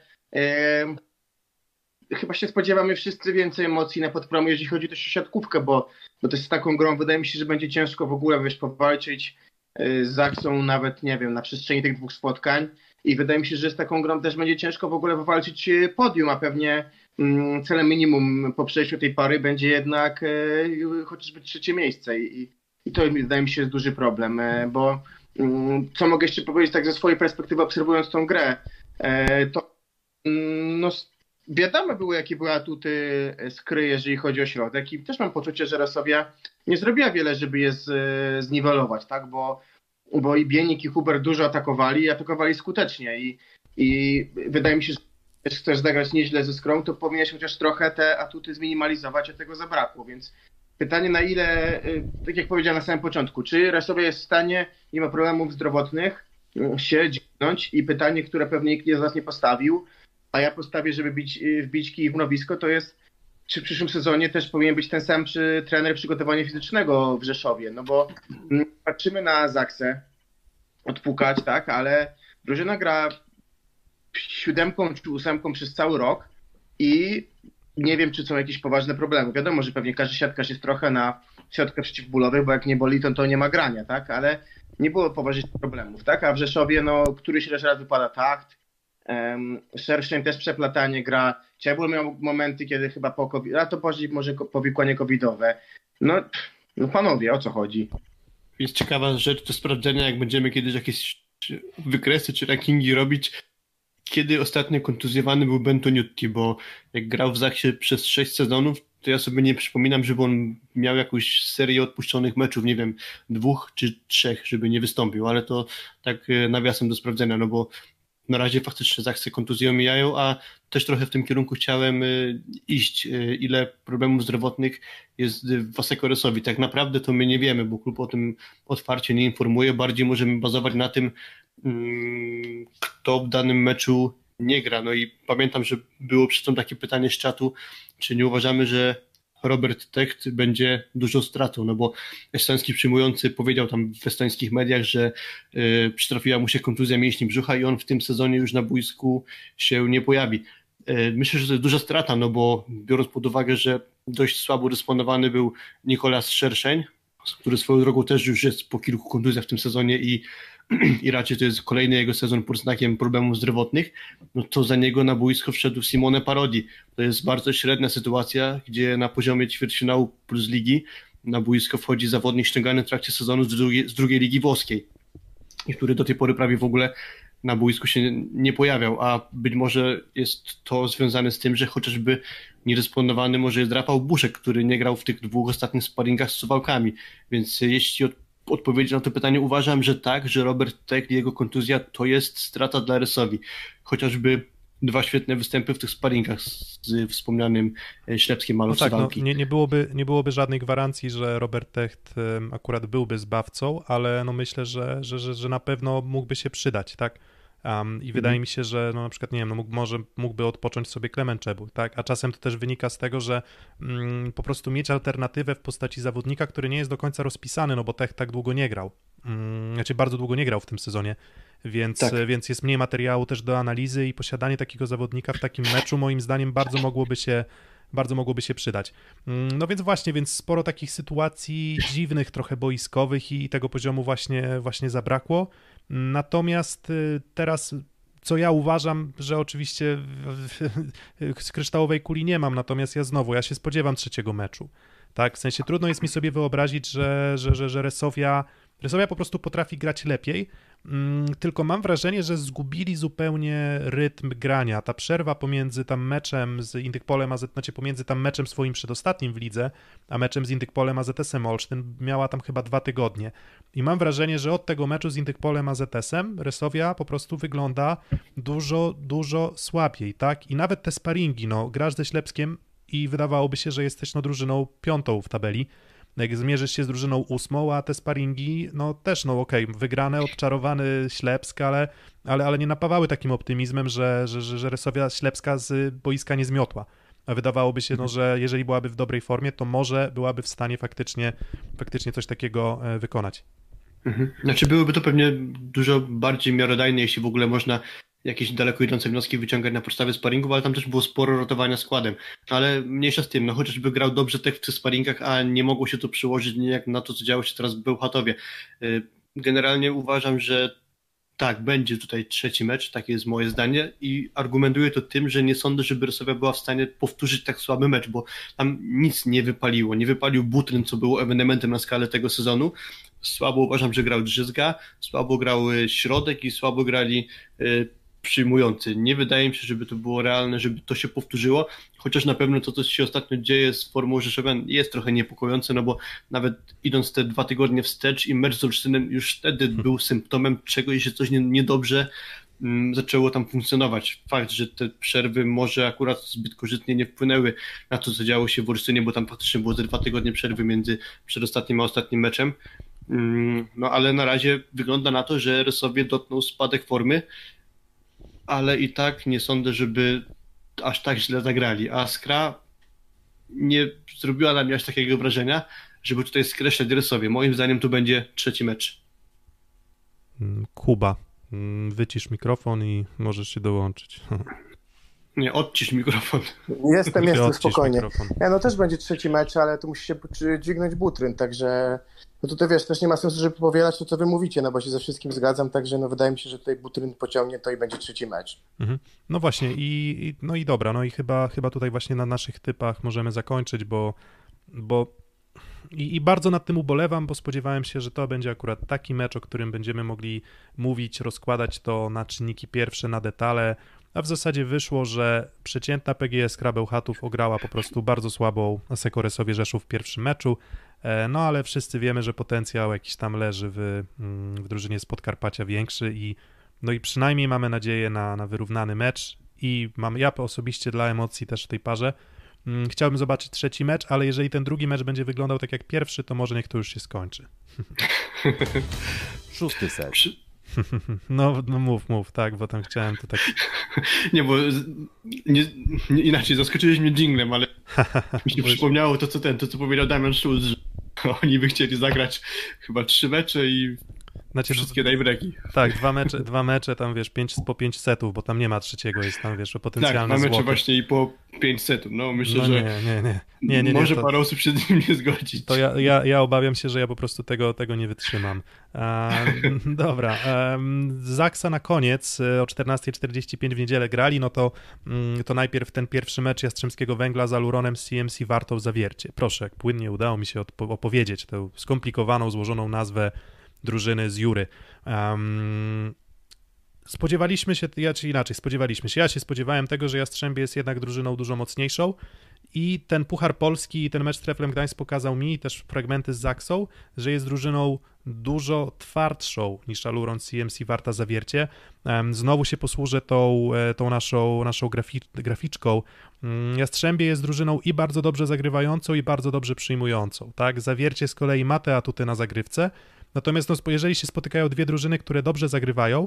yy, chyba się spodziewamy wszyscy więcej emocji na podpromu, jeżeli chodzi też o siatkówkę, bo, bo to jest taką grą, wydaje mi się, że będzie ciężko w ogóle, wiesz, powalczyć yy, z Zaksą nawet, nie wiem, na przestrzeni tych dwóch spotkań i wydaje mi się, że z taką grą też będzie ciężko w ogóle wywalczyć podium, a pewnie mm, celem minimum po przejściu tej pary będzie jednak yy, chociażby trzecie miejsce i, i to wydaje mi się jest duży problem, yy, bo yy, co mogę jeszcze powiedzieć tak ze swojej perspektywy obserwując tą grę, yy, to yy, no wiadomo było, jakie były atuty Skry, jeżeli chodzi o środek i też mam poczucie, że Resovia nie zrobiła wiele, żeby je z, zniwelować, tak, bo, bo i Bienik i Huber dużo atakowali i atakowali skutecznie i, i wydaje mi się, że jeśli chcesz zagrać nieźle ze Skrą, to powinieneś chociaż trochę te atuty zminimalizować, a tego zabrakło, więc pytanie na ile, tak jak powiedziałem na samym początku, czy Resovia jest w stanie, nie ma problemów zdrowotnych, się dźwignąć i pytanie, które pewnie nikt z nas nie postawił, a ja postawię, żeby bić, wbić kij w mrowisko, to jest, czy w przyszłym sezonie też powinien być ten sam przy, trener przygotowania fizycznego w Rzeszowie, no bo m, patrzymy na Zaksę, odpukać, tak, ale drużyna gra siódemką czy ósemką przez cały rok i nie wiem, czy są jakieś poważne problemy. Wiadomo, że pewnie każdy siatkarz jest trochę na środkę przeciwbólowej, bo jak nie boli, to, to nie ma grania, tak, ale nie było poważnych problemów, tak, a w Rzeszowie, no, któryś raz wypada takt, Um, Szerszeń też przeplatanie gra. Ciebul miał momenty, kiedy chyba po COVID, a to bardziej może powikłanie covidowe. No, no panowie, o co chodzi? Jest ciekawa rzecz do sprawdzenia, jak będziemy kiedyś jakieś wykresy czy rankingi robić. kiedy ostatnio kontuzjowany był Bentoniutti, bo jak grał w Zaksie przez sześć sezonów, to ja sobie nie przypominam, żeby on miał jakąś serię odpuszczonych meczów, nie wiem, dwóch czy trzech, żeby nie wystąpił, ale to tak nawiasem do sprawdzenia, no bo na razie faktycznie Zaksy kontuzje omijają, a też trochę w tym kierunku chciałem iść, ile problemów zdrowotnych jest w Wasekoresowi. Tak naprawdę to my nie wiemy, bo klub o tym otwarcie nie informuje, bardziej możemy bazować na tym, kto w danym meczu nie gra. No i pamiętam, że było przy tym takie pytanie z czatu, czy nie uważamy, że Robert Techt będzie dużą stratą, no bo estoński przyjmujący powiedział tam w estońskich mediach, że y, przytrafiła mu się kontuzja mięśni brzucha i on w tym sezonie już na boisku się nie pojawi. Y, myślę, że to jest duża strata, no bo biorąc pod uwagę, że dość słabo dysponowany był Nikolas Szerszeń, który swoją drogą też już jest po kilku kontuzjach w tym sezonie i i raczej to jest kolejny jego sezon pod znakiem problemów zdrowotnych, no to za niego na boisko wszedł Simone Parodi. To jest bardzo średnia sytuacja, gdzie na poziomie ćwierćfinału plus ligi na boisko wchodzi zawodnik ściągany w trakcie sezonu z drugiej, z drugiej ligi włoskiej, i który do tej pory prawie w ogóle na boisku się nie pojawiał, a być może jest to związane z tym, że chociażby niedysponowany może jest Rafał Buszek, który nie grał w tych dwóch ostatnich sparingach z Suwałkami, więc jeśli od odpowiedzieć na to pytanie, uważam, że tak, że Robert Techt i jego kontuzja to jest strata dla Resowi. Chociażby dwa świetne występy w tych sparingach z wspomnianym Ślepskim Malów no tak, Suwałki. No, nie, nie, byłoby, nie byłoby żadnej gwarancji, że Robert Techt akurat byłby zbawcą, ale no myślę, że, że, że, że na pewno mógłby się przydać, tak? Um, I wydaje mhm. mi się, że no na przykład, nie wiem, no mógł, może mógłby odpocząć sobie Klemen Czebul, tak? A czasem to też wynika z tego, że mm, po prostu mieć alternatywę w postaci zawodnika, który nie jest do końca rozpisany, no bo Techt tak długo nie grał. Mm, znaczy bardzo długo nie grał w tym sezonie, więc, tak. więc jest mniej materiału też do analizy i posiadanie takiego zawodnika w takim meczu moim zdaniem bardzo mogłoby się bardzo mogłoby się przydać. No więc właśnie, więc sporo takich sytuacji dziwnych, trochę boiskowych i tego poziomu właśnie, właśnie zabrakło. Natomiast teraz, co ja uważam, że oczywiście z kryształowej kuli nie mam, natomiast ja znowu, ja się spodziewam trzeciego meczu. Tak, w sensie trudno jest mi sobie wyobrazić, że, że, że, że Resowia, Resowia po prostu potrafi grać lepiej, tylko mam wrażenie, że zgubili zupełnie rytm grania. Ta przerwa pomiędzy tam meczem z Indykpolem, a znaczy pomiędzy tam meczem swoim przedostatnim w lidze, a meczem z Indykpolem, a Z S em Olsztyn miała tam chyba dwa tygodnie. I mam wrażenie, że od tego meczu z Indykpolem, a Z S em Resowia po prostu wygląda dużo, dużo słabiej, tak? I nawet te sparingi, no, grasz ze Ślepskiem i wydawałoby się, że jesteś no drużyną piątą w tabeli. Jak zmierzysz się z drużyną ósmą, a te sparingi, no też, no okej, okay, wygrane, odczarowany Ślepsk, ale, ale, ale nie napawały takim optymizmem, że, że, że, że Resowia Ślepska z boiska nie zmiotła. A wydawałoby się, no, że jeżeli byłaby w dobrej formie, to może byłaby w stanie faktycznie, faktycznie coś takiego wykonać. Mhm. Znaczy byłyby to pewnie dużo bardziej miarodajne, jeśli w ogóle można jakieś daleko idące wnioski wyciągać na podstawie sparingu, ale tam też było sporo rotowania składem. Ale mniejsza z tym, no chociażby grał dobrze tak w tych sparingach, a nie mogło się to przełożyć niejak na to, co działo się teraz w Bełchatowie. Generalnie uważam, że tak, będzie tutaj trzeci mecz, takie jest moje zdanie i argumentuję to tym, że nie sądzę, żeby Resowia była w stanie powtórzyć tak słaby mecz, bo tam nic nie wypaliło. Nie wypalił Butryn, co było ewenementem na skalę tego sezonu. Słabo uważam, że grał Drzyzga, słabo grał Środek i słabo grali y, przyjmujący. Nie wydaje mi się, żeby to było realne, żeby to się powtórzyło, chociaż na pewno to, co się ostatnio dzieje z formą Rzeszowia jest trochę niepokojące, no bo nawet idąc te dwa tygodnie wstecz i mecz z Olsztynem już wtedy był symptomem czegoś, że coś nie, niedobrze um, zaczęło tam funkcjonować. Fakt, że te przerwy może akurat zbyt korzystnie nie wpłynęły na to, co działo się w Olsztynie, bo tam faktycznie było te dwa tygodnie przerwy między przedostatnim a ostatnim meczem. Um, no ale na razie wygląda na to, że Resowie dotknął spadek formy, ale i tak nie sądzę, żeby aż tak źle zagrali. A Skra nie zrobiła na mnie aż takiego wrażenia, żeby tutaj skreślać Resowie. Moim zdaniem to będzie trzeci mecz. Kuba, wycisz mikrofon i możesz się dołączyć. Nie, odcisz mikrofon. Jestem, jestem, Odcisz spokojnie. mikrofon. Ja, no też będzie trzeci mecz, ale tu musi się dźwignąć Butryn, także no tutaj wiesz, też nie ma sensu, żeby powielać to, co wy mówicie, no bo się ze wszystkim zgadzam, także no wydaje mi się, że tutaj Butryn pociągnie to i będzie trzeci mecz. Mhm. No właśnie i, i no i dobra, no i chyba, chyba tutaj właśnie na naszych typach możemy zakończyć, bo, bo i, i bardzo nad tym ubolewam, bo spodziewałem się, że to będzie akurat taki mecz, o którym będziemy mogli mówić, rozkładać to na czynniki pierwsze, na detale, a w zasadzie wyszło, że przeciętna P G S Kra Bełchatów ograła po prostu bardzo słabą Sekoresowie Rzeszów w pierwszym meczu, no ale wszyscy wiemy, że potencjał jakiś tam leży w, w drużynie z Podkarpacia większy i no i przynajmniej mamy nadzieję na, na wyrównany mecz i mam ja osobiście dla emocji też w tej parze chciałbym zobaczyć trzeci mecz, ale jeżeli ten drugi mecz będzie wyglądał tak jak pierwszy, to może niech to już się skończy. Szósty set. No, no mów, mów, tak, bo tam chciałem to tak... Nie, bo nie, nie, inaczej, zaskoczyłeś mnie dżinglem, ale mi się przypomniało to, co ten, to co powiedział Damian Schulz, że oni by chcieli zagrać chyba trzy mecze i znaczy, wszystkie tiebreaki. Tak, dwa mecze, dwa mecze, tam wiesz, pięć, po pięć setów, bo tam nie ma trzeciego, jest tam, wiesz, potencjalne tak, dwa mecze złoto. właśnie i po pięć setów, no myślę, no, że nie, nie, nie. Nie, nie, może nie, to, parę osób się z nim nie zgodzić. To ja, ja, ja obawiam się, że ja po prostu tego, tego nie wytrzymam. E, dobra, e, Zaksa na koniec o czternasta czterdzieści pięć w niedzielę grali, no to, to najpierw ten pierwszy mecz Jastrzębskiego Węgla z Aluronem z C M C Wartą Zawiercie. Proszę, jak płynnie udało mi się odpo- opowiedzieć tę skomplikowaną, złożoną nazwę drużyny z Jury. Um, spodziewaliśmy się, ja czy inaczej, spodziewaliśmy się, ja się spodziewałem tego, że Jastrzębie jest jednak drużyną dużo mocniejszą i ten Puchar Polski i ten mecz z Treflem Gdańsk pokazał mi, też fragmenty z Zaksą, że jest drużyną dużo twardszą niż Aluron C M C Warta Zawiercie. Um, znowu się posłużę tą, tą naszą, naszą grafi- graficzką. Um, Jastrzębie jest drużyną i bardzo dobrze zagrywającą i bardzo dobrze przyjmującą, tak? Zawiercie z kolei ma te atuty na zagrywce. Natomiast no, jeżeli się spotykają dwie drużyny, które dobrze zagrywają,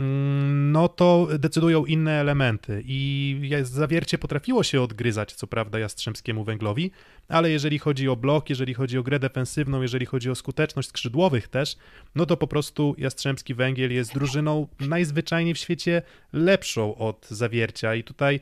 no to decydują inne elementy i Zawiercie potrafiło się odgryzać, co prawda, Jastrzębskiemu Węglowi, ale jeżeli chodzi o blok, jeżeli chodzi o grę defensywną, jeżeli chodzi o skuteczność skrzydłowych też, no to po prostu Jastrzębski Węgiel jest drużyną najzwyczajniej w świecie lepszą od Zawiercia i tutaj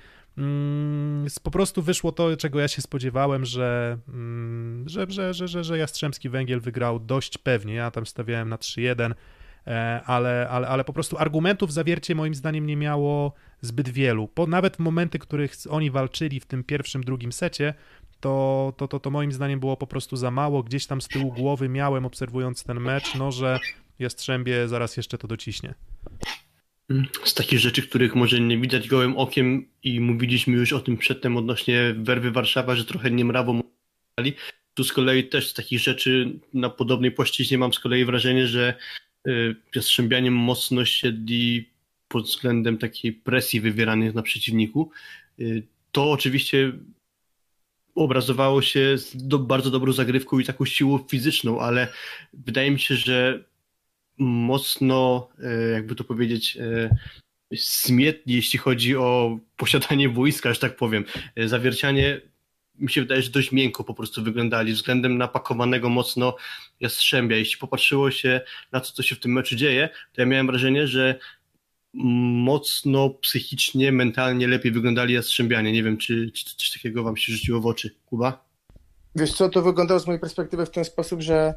Mm, po prostu wyszło to, czego ja się spodziewałem, że, mm, że, że, że, że, że Jastrzębski Węgiel wygrał dość pewnie. Ja tam stawiałem na trzy jeden, ale, ale, ale po prostu argumentów Zawiercie moim zdaniem nie miało zbyt wielu. Po, nawet momenty, w których oni walczyli w tym pierwszym, drugim secie, to, to, to, to moim zdaniem było po prostu za mało. Gdzieś tam z tyłu głowy miałem, obserwując ten mecz, no że Jastrzębie zaraz jeszcze to dociśnie. Z takich rzeczy, których może nie widać gołym okiem i mówiliśmy już o tym przedtem odnośnie Werwy Warszawa, że trochę niemrawo mówili. Tu z kolei też z takich rzeczy na podobnej płaszczyźnie mam z kolei wrażenie, że Jastrzębianie mocno siedli pod względem takiej presji wywieranych na przeciwniku. To oczywiście obrazowało się z do, bardzo dobrą zagrywką i taką siłą fizyczną, ale wydaje mi się, że mocno, jakby to powiedzieć, zmietnie, jeśli chodzi o posiadanie wojska, że tak powiem. Zawiercianie, mi się wydaje, że dość miękko po prostu wyglądali względem napakowanego mocno Jastrzębia. Jeśli popatrzyło się na to, co się w tym meczu dzieje, to ja miałem wrażenie, że mocno psychicznie, mentalnie lepiej wyglądali Jastrzębianie. Nie wiem, czy, czy coś takiego wam się rzuciło w oczy. Kuba? Wiesz co, to wyglądało z mojej perspektywy w ten sposób, że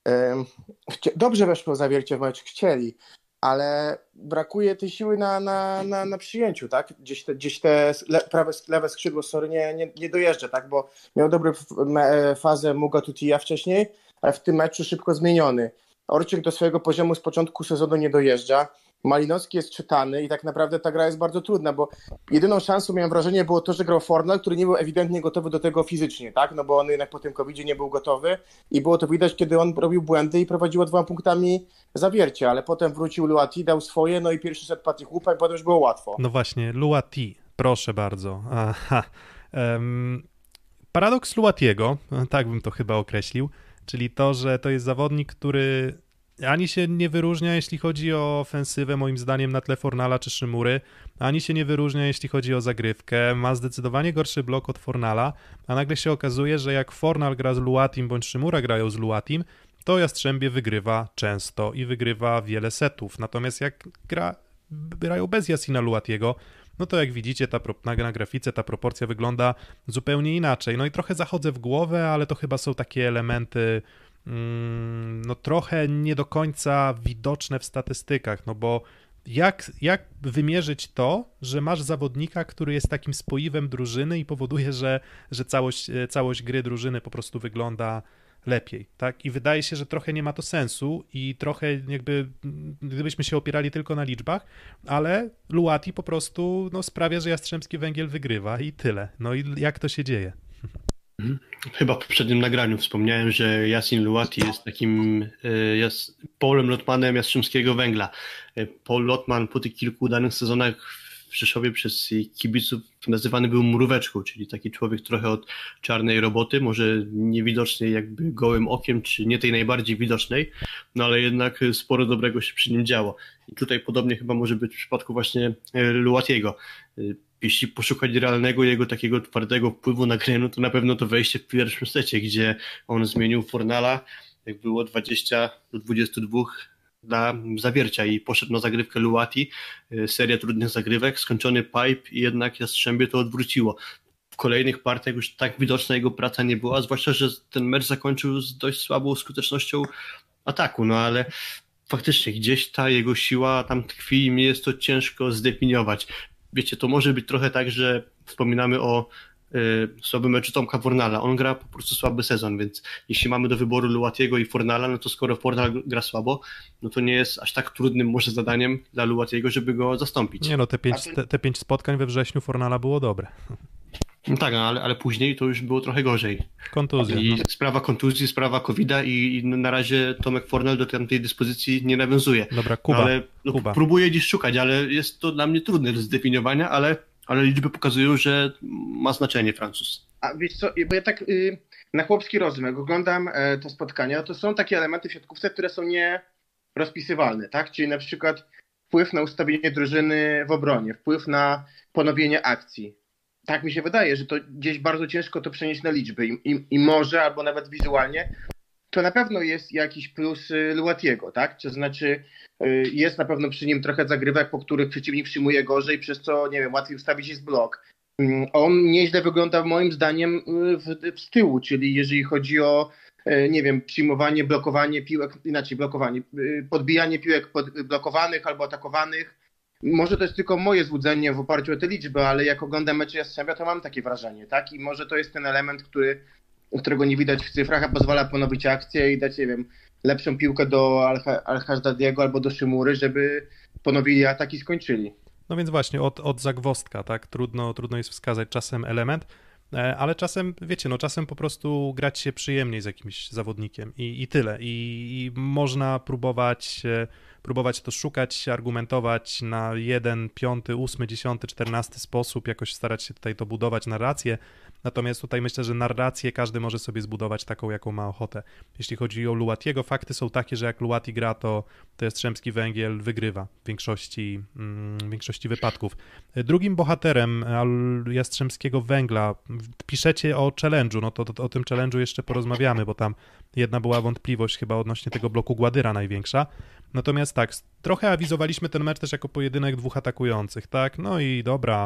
dobrze weszło Zawiercie w mecz, chcieli, ale brakuje tej siły na, na, na, na przyjęciu, tak? Gdzieś te, gdzieś te le, prawe, lewe skrzydło sorry, nie, nie, nie dojeżdża, tak? Bo miał dobrą fazę Muga Tutija wcześniej, ale w tym meczu szybko zmieniony. Orczyk do swojego poziomu z początku sezonu nie dojeżdża. Malinowski jest czytany i tak naprawdę ta gra jest bardzo trudna, bo jedyną szansą, miałem wrażenie, było to, że grał Fornal, który nie był ewidentnie gotowy do tego fizycznie, tak? No bo on jednak po tym kowidzie nie był gotowy i było to widać, kiedy on robił błędy i prowadziło dwoma punktami Zawiercie, ale potem wrócił Luati, dał swoje, no i pierwszy set padł ich łupa i potem już było łatwo. No właśnie, Luati, proszę bardzo. Aha. Um, paradoks Luatiego, tak bym to chyba określił, czyli to, że to jest zawodnik, który ani się nie wyróżnia, jeśli chodzi o ofensywę, moim zdaniem, na tle Fornala czy Szymury, ani się nie wyróżnia, jeśli chodzi o zagrywkę. Ma zdecydowanie gorszy blok od Fornala, a nagle się okazuje, że jak Fornal gra z Luatim bądź Szymura grają z Luatim, to Jastrzębie wygrywa często i wygrywa wiele setów. Natomiast jak gra, grają bez Jasina Luatiego, no to jak widzicie ta, na, na grafice ta proporcja wygląda zupełnie inaczej. No i trochę zachodzę w głowę, ale to chyba są takie elementy no trochę nie do końca widoczne w statystykach, no bo jak, jak wymierzyć to, że masz zawodnika, który jest takim spoiwem drużyny i powoduje, że, że całość, całość gry drużyny po prostu wygląda lepiej, tak? I wydaje się, że trochę nie ma to sensu i trochę jakby, gdybyśmy się opierali tylko na liczbach, ale Luati po prostu no, sprawia, że Jastrzębski Węgiel wygrywa i tyle. No i jak to się dzieje? Chyba w poprzednim nagraniu wspomniałem, że Yasin Luati jest takim e, jest Paulem Lotmanem Jastrzębskiego Węgla. E, Paul Lotman po tych kilku udanych sezonach w Rzeszowie przez kibiców nazywany był mróweczką, czyli taki człowiek trochę od czarnej roboty, może niewidocznej jakby gołym okiem, czy nie tej najbardziej widocznej, no ale jednak sporo dobrego się przy nim działo. I tutaj podobnie chyba może być w przypadku właśnie Luatiego. Jeśli poszukać realnego jego takiego twardego wpływu na grę, no to na pewno to wejście w pierwszym secie, gdzie on zmienił Fornala, jak było dwadzieścia do dwudziestu dwóch dla Zawiercia i poszedł na zagrywkę Luati, seria trudnych zagrywek, skończony pipe i jednak Jastrzębie to odwróciło. W kolejnych partiach już tak widoczna jego praca nie była, zwłaszcza, że ten mecz zakończył z dość słabą skutecznością ataku, no ale faktycznie gdzieś ta jego siła tam tkwi i mi jest to ciężko zdefiniować. Wiecie, to może być trochę tak, że wspominamy o y, słabym meczu Tomka Fornala. On gra po prostu słaby sezon, więc jeśli mamy do wyboru Luatiego i Fornala, no to skoro Fornal gra słabo, no to nie jest aż tak trudnym może zadaniem dla Luatiego, żeby go zastąpić. Nie no, te pięć, te, te pięć spotkań we wrześniu Fornala było dobre. No tak, ale, ale później to już było trochę gorzej. Kontuzja. I no. sprawa kontuzji, sprawa kowida i, i na razie Tomek Fornal do tej dyspozycji nie nawiązuje. Dobra, Kuba. No, ale no, Kuba. próbuję dziś szukać, ale jest to dla mnie trudne do zdefiniowania, ale, ale liczby pokazują, że ma znaczenie Francuz. A wiesz co, bo ja tak y, na chłopski rozum, jak oglądam e, te spotkania, to są takie elementy w siatkówce, które są nierozpisywalne, tak? Czyli na przykład wpływ na ustawienie drużyny w obronie, wpływ na ponowienie akcji. Tak mi się wydaje, że to gdzieś bardzo ciężko to przenieść na liczby i, i, i może, albo nawet wizualnie, to na pewno jest jakiś plus y, Luatiego, tak? To znaczy y, jest na pewno przy nim trochę zagrywek, po których przeciwnik przyjmuje gorzej, przez co, nie wiem, łatwiej ustawić jest blok. Y, on nieźle wygląda moim zdaniem y, w, z tyłu, czyli jeżeli chodzi o, y, nie wiem, przyjmowanie, blokowanie piłek, inaczej blokowanie, y, podbijanie piłek pod, blokowanych albo atakowanych. Może to jest tylko moje złudzenie w oparciu o te liczby, ale jak oglądam mecze Jastrzębia, to mam takie wrażenie, tak? I może to jest ten element, który, którego nie widać w cyfrach, a pozwala ponowić akcję i dać, nie wiem, lepszą piłkę do Al-Hajdadiego albo do Szymury, żeby ponowili atak i skończyli. No więc właśnie, od, od zagwozdka, tak? Trudno, trudno jest wskazać czasem element, ale czasem, wiecie, no czasem po prostu grać się przyjemniej z jakimś zawodnikiem i, i tyle. I, i można próbować, próbować to szukać, argumentować na jeden, piąty, ósmy, dziesiąty, czternasty sposób, jakoś starać się tutaj to budować narrację. Natomiast tutaj myślę, że narrację każdy może sobie zbudować taką, jaką ma ochotę. Jeśli chodzi o Luatiego, fakty są takie, że jak Luati gra, to, to Jastrzębski Węgiel wygrywa w większości, mm, w większości wypadków. Drugim bohaterem Jastrzębskiego Węgla, piszecie o challenge'u, no to, to o tym challenge'u jeszcze porozmawiamy, bo tam jedna była wątpliwość chyba odnośnie tego bloku Gładyra największa. Natomiast tak, trochę awizowaliśmy ten mecz też jako pojedynek dwóch atakujących, tak? No i dobra,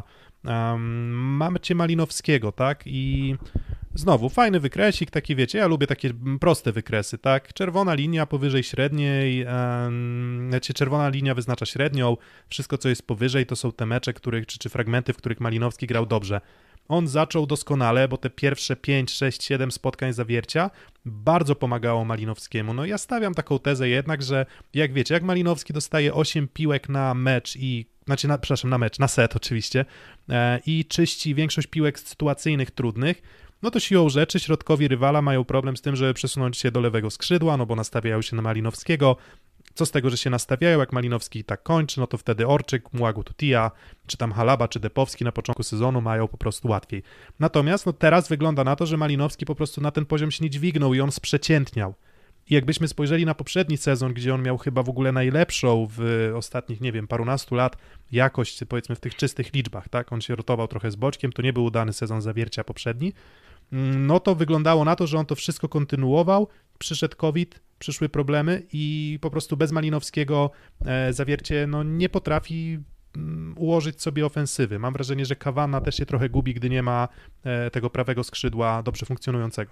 um, mamy cię Malinowskiego, tak? I znowu fajny wykresik, taki wiecie, ja lubię takie proste wykresy, tak? Czerwona linia powyżej średniej, um, znaczy czerwona linia wyznacza średnią, wszystko co jest powyżej to są te mecze, których, czy, czy fragmenty, w których Malinowski grał dobrze. On zaczął doskonale, bo te pierwsze pięć, sześć, siedem spotkań Zawiercia bardzo pomagało Malinowskiemu. No ja stawiam taką tezę jednak, że jak wiecie, jak Malinowski dostaje osiem piłek na mecz i, znaczy na, przepraszam, na mecz, na set oczywiście e, i czyści większość piłek sytuacyjnych, trudnych, no to siłą rzeczy środkowi rywala mają problem z tym, żeby przesunąć się do lewego skrzydła, no bo nastawiają się na Malinowskiego. Co z tego, że się nastawiają, jak Malinowski tak kończy, no to wtedy Orczyk, Młagu Tutia, czy tam Halaba, czy Depowski na początku sezonu mają po prostu łatwiej. Natomiast no teraz wygląda na to, że Malinowski po prostu na ten poziom się nie dźwignął i on sprzeciętniał. I jakbyśmy spojrzeli na poprzedni sezon, gdzie on miał chyba w ogóle najlepszą w ostatnich, nie wiem, parunastu lat jakość, powiedzmy w tych czystych liczbach, tak? On się rotował trochę z boczkiem, to nie był udany sezon Zawiercia poprzedni, no to wyglądało na to, że on to wszystko kontynuował, przyszedł COVID, przyszły problemy i po prostu bez Malinowskiego e, Zawiercie no, nie potrafi mm, ułożyć sobie ofensywy. Mam wrażenie, że Kawana też się trochę gubi, gdy nie ma e, tego prawego skrzydła dobrze funkcjonującego.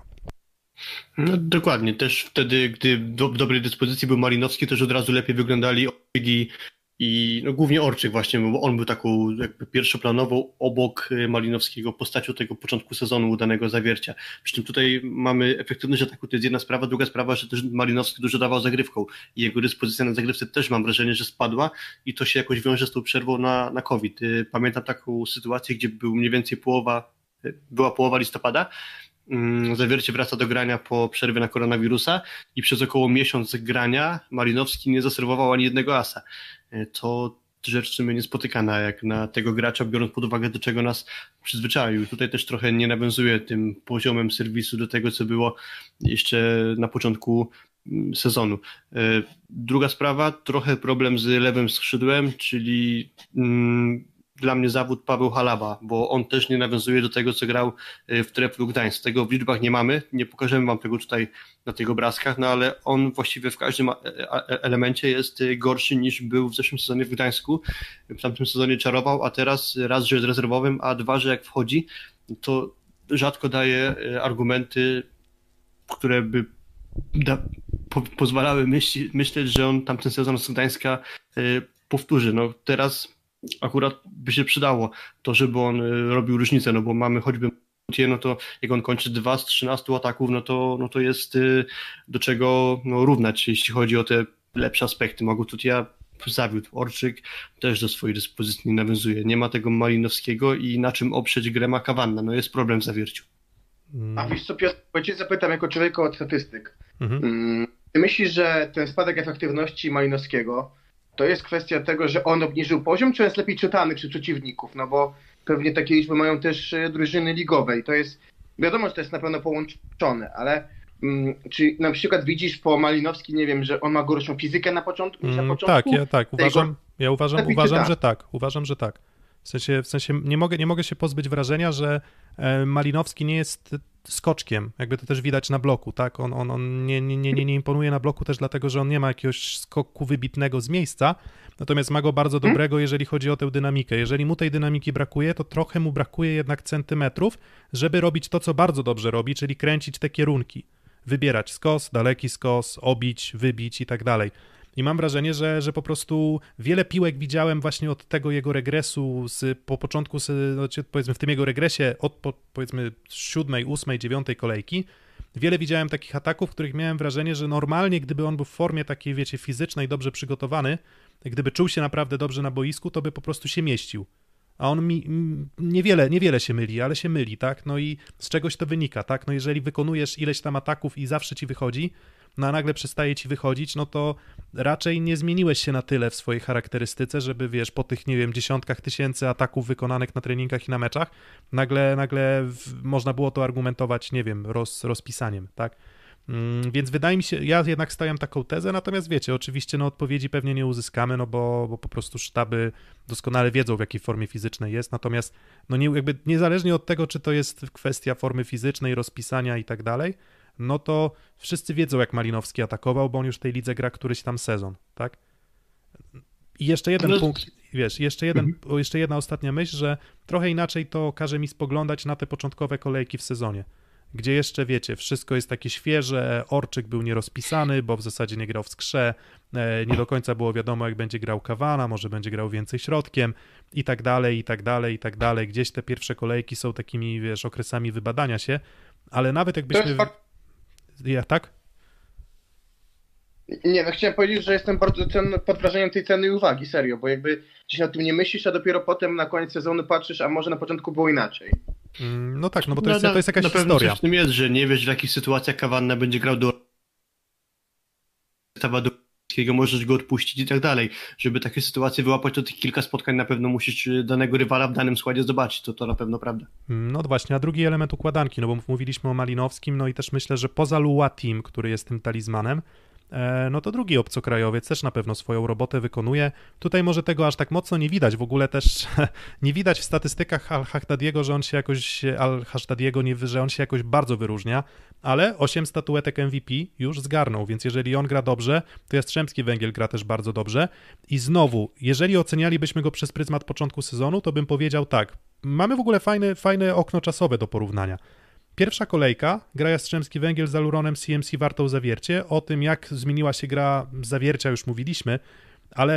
No dokładnie, też wtedy, gdy do, w dobrej dyspozycji był Malinowski, też od razu lepiej wyglądali Orczyk i, i no, głównie Orczyk właśnie, bo on był taką jakby pierwszoplanową obok Malinowskiego postacią tego początku sezonu udanego Zawiercia. Przy czym tutaj mamy efektywność ataku, to jest jedna sprawa, druga sprawa, że też Malinowski dużo dawał zagrywką i jego dyspozycja na zagrywce też mam wrażenie, że spadła i to się jakoś wiąże z tą przerwą na, na COVID. Pamiętam taką sytuację, gdzie był mniej więcej połowa, była połowa listopada, Zawiercie wraca do grania po przerwie na koronawirusa i przez około miesiąc grania Malinowski nie zaserwował ani jednego asa. To rzecz w sumie niespotykana jak na tego gracza, biorąc pod uwagę, do czego nas przyzwyczaił. Tutaj też trochę nie nawiązuje tym poziomem serwisu do tego, co było jeszcze na początku sezonu. Druga sprawa, trochę problem z lewym skrzydłem, czyli mm, dla mnie zawód Paweł Halaba, bo on też nie nawiązuje do tego, co grał w Treflu Gdańsk. Tego w liczbach nie mamy, nie pokażemy wam tego tutaj na tych obrazkach, no ale on właściwie w każdym elemencie jest gorszy niż był w zeszłym sezonie w Gdańsku. W tamtym sezonie czarował, a teraz raz, że jest rezerwowym, a dwa, że jak wchodzi, to rzadko daje argumenty, które by da, po, pozwalały myśli, myśleć, że on tamten sezon z Gdańska y, powtórzy. No teraz akurat by się przydało to, żeby on robił różnicę, no bo mamy choćby no to jak on kończy dwa z trzynastu ataków, no to, no to jest do czego no, równać, jeśli chodzi o te lepsze aspekty. Maguttia zawiódł, Orczyk też do swojej dyspozycji nie nawiązuje. Nie ma tego Malinowskiego i na czym oprzeć grę ma Kawanna. No jest problem w Zawierciu. A wiesz co, Piotr, bo cię zapytam jako człowieka od statystyk. Mhm. Ty myślisz, że ten spadek efektywności Malinowskiego to jest kwestia tego, że on obniżył poziom, czy jest lepiej czytany przez przeciwników? No bo pewnie takie liczby mają też drużyny ligowe i to jest, wiadomo, że to jest na pewno połączone, ale mm, czy na przykład widzisz po Malinowski, nie wiem, że on ma gorszą fizykę na początku niż na początku? Tak, ja tak, uważam, Tego... ja uważam, lepiej uważam, czyta. że tak, uważam, że tak. W sensie, w sensie nie mogę, nie mogę się pozbyć wrażenia, że Malinowski nie jest skoczkiem, jakby to też widać na bloku, tak? On, on, on nie, nie, nie, nie imponuje na bloku też dlatego, że on nie ma jakiegoś skoku wybitnego z miejsca, natomiast ma go bardzo dobrego, jeżeli chodzi o tę dynamikę. Jeżeli mu tej dynamiki brakuje, to trochę mu brakuje jednak centymetrów, żeby robić to, co bardzo dobrze robi, czyli kręcić te kierunki. Wybierać skos, daleki skos, obić, wybić i tak dalej. I mam wrażenie, że, że po prostu wiele piłek widziałem właśnie od tego jego regresu, z, po początku, z, znaczy powiedzmy w tym jego regresie od po, powiedzmy siódmej, ósmej, dziewiątej kolejki. Wiele widziałem takich ataków, w których miałem wrażenie, że normalnie, gdyby on był w formie takiej, wiecie, fizycznej, dobrze przygotowany, gdyby czuł się naprawdę dobrze na boisku, to by po prostu się mieścił. A on mi niewiele, niewiele się myli, ale się myli, tak? No i z czegoś to wynika, tak? No jeżeli wykonujesz ileś tam ataków i zawsze ci wychodzi, no a nagle przestaje ci wychodzić, no to raczej nie zmieniłeś się na tyle w swojej charakterystyce, żeby, wiesz, po tych, nie wiem, dziesiątkach tysięcy ataków wykonanych na treningach i na meczach, nagle, nagle w, można było to argumentować, nie wiem, roz, rozpisaniem, tak? Mm, więc wydaje mi się, ja jednak stawiam taką tezę, natomiast wiecie, oczywiście no odpowiedzi pewnie nie uzyskamy, no bo, bo po prostu sztaby doskonale wiedzą, w jakiej formie fizycznej jest, natomiast no nie, jakby niezależnie od tego, czy to jest kwestia formy fizycznej, rozpisania i tak dalej, no to wszyscy wiedzą, jak Malinowski atakował, bo on już w tej lidze gra któryś tam sezon, tak? I jeszcze jeden no, punkt, wiesz, jeszcze, jeden, mhm. jeszcze jedna ostatnia myśl, że trochę inaczej to każe mi spoglądać na te początkowe kolejki w sezonie, gdzie jeszcze, wiecie, wszystko jest takie świeże, Orczyk był nierozpisany, bo w zasadzie nie grał w skrze, nie do końca było wiadomo, jak będzie grał Kawana, może będzie grał więcej środkiem i tak dalej, i tak dalej, i tak dalej. Gdzieś te pierwsze kolejki są takimi, wiesz, okresami wybadania się, ale nawet jakbyśmy... Ja, tak? Nie, no chciałem powiedzieć, że jestem bardzo cen, pod wrażeniem tej ceny i uwagi, serio, bo jakby gdzieś o tym nie myślisz, a dopiero potem na koniec sezonu patrzysz, a może na początku było inaczej. Mm, no tak, no bo to jest, no, to jest jakaś na historia. Na pewno coś w tym jest, że nie wiesz, w jakich sytuacjach Kawanna będzie grał do do możesz go odpuścić i tak dalej. Żeby takie sytuacje wyłapać, to tych kilka spotkań na pewno musisz danego rywala w danym składzie zobaczyć, to to na pewno prawda. No właśnie, a drugi element układanki, no bo mówiliśmy o Malinowskim, no i też myślę, że poza Lua Team, który jest tym talizmanem, no to drugi obcokrajowiec też na pewno swoją robotę wykonuje. Tutaj może tego aż tak mocno nie widać, w ogóle też nie widać w statystykach Al-Haddadiego, że on się jakoś, Al-Haddadiego nie, że on się jakoś bardzo wyróżnia, ale osiem statuetek M V P już zgarnął, więc jeżeli on gra dobrze, to Jastrzębski Węgiel gra też bardzo dobrze i znowu, jeżeli ocenialibyśmy go przez pryzmat początku sezonu, to bym powiedział tak, mamy w ogóle fajne, fajne okno czasowe do porównania. Pierwsza kolejka, gra Jastrzębski Węgiel z Aluronem C M C Wartą Zawiercie. O tym, jak zmieniła się gra Zawiercia, już mówiliśmy, ale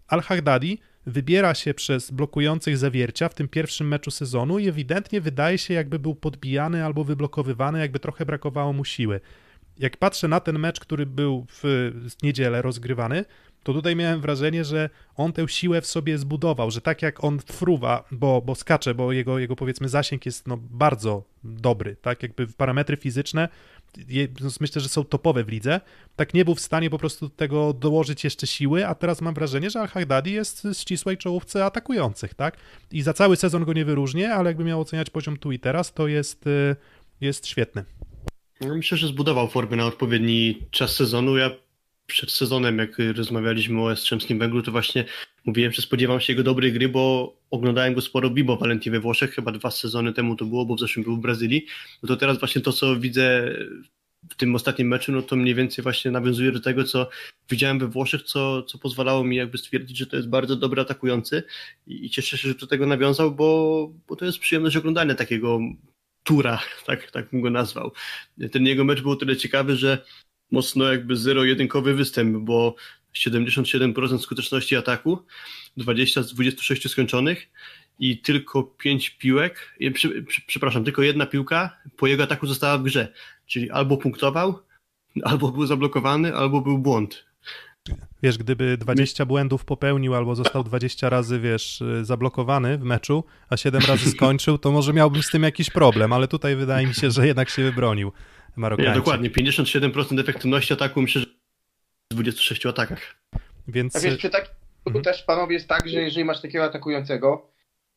Al-Haghdadi wybiera się przez blokujących Zawiercia w tym pierwszym meczu sezonu i ewidentnie wydaje się, jakby był podbijany albo wyblokowywany, jakby trochę brakowało mu siły. Jak patrzę na ten mecz, który był w niedzielę rozgrywany, to tutaj miałem wrażenie, że on tę siłę w sobie zbudował, że tak jak on fruwa, bo, bo skacze, bo jego, jego powiedzmy zasięg jest no, bardzo dobry, tak jakby parametry fizyczne je, no, myślę, że są topowe w lidze, tak nie był w stanie po prostu do tego dołożyć jeszcze siły, a teraz mam wrażenie, że Al-Haghdadi jest w ścisłej czołówce atakujących, tak? I za cały sezon go nie wyróżnię, ale jakby miał oceniać poziom tu i teraz, to jest, jest świetny. No, myślę, że zbudował formę na odpowiedni czas sezonu. Ja przed sezonem, jak rozmawialiśmy o Jastrzębskim Węglu, to właśnie mówiłem, że spodziewam się jego dobrej gry, bo oglądałem go sporo Bibo Valentii we Włoszech, chyba dwa sezony temu to było, bo w zeszłym był w Brazylii. No to teraz właśnie to, co widzę w tym ostatnim meczu, no to mniej więcej właśnie nawiązuje do tego, co widziałem we Włoszech, co, co pozwalało mi jakby stwierdzić, że to jest bardzo dobry atakujący i, i cieszę się, że do tego nawiązał, bo, bo to jest przyjemność oglądania takiego tura, tak, tak bym go nazwał. Ten jego mecz był o tyle ciekawy, że mocno jakby zero-jedynkowy występ, bo siedemdziesiąt siedem procent skuteczności ataku, dwadzieścia z dwudziestu sześciu skończonych i tylko pięć piłek, przepraszam, tylko jedna piłka po jego ataku została w grze, czyli albo punktował, albo był zablokowany, albo był błąd. Wiesz, gdyby dwadzieścia błędów popełnił albo został dwadzieścia razy, wiesz, zablokowany w meczu, a siedem razy skończył, to może miałbym z tym jakiś problem, ale tutaj wydaje mi się, że jednak się wybronił Marokańczyk. Nie, dokładnie, pięćdziesiąt siedem procent efektywności ataku, myślę, że w dwudziestu sześciu atakach. Więc... A wiesz, przy takim mhm. też, panowie, jest tak, że jeżeli masz takiego atakującego,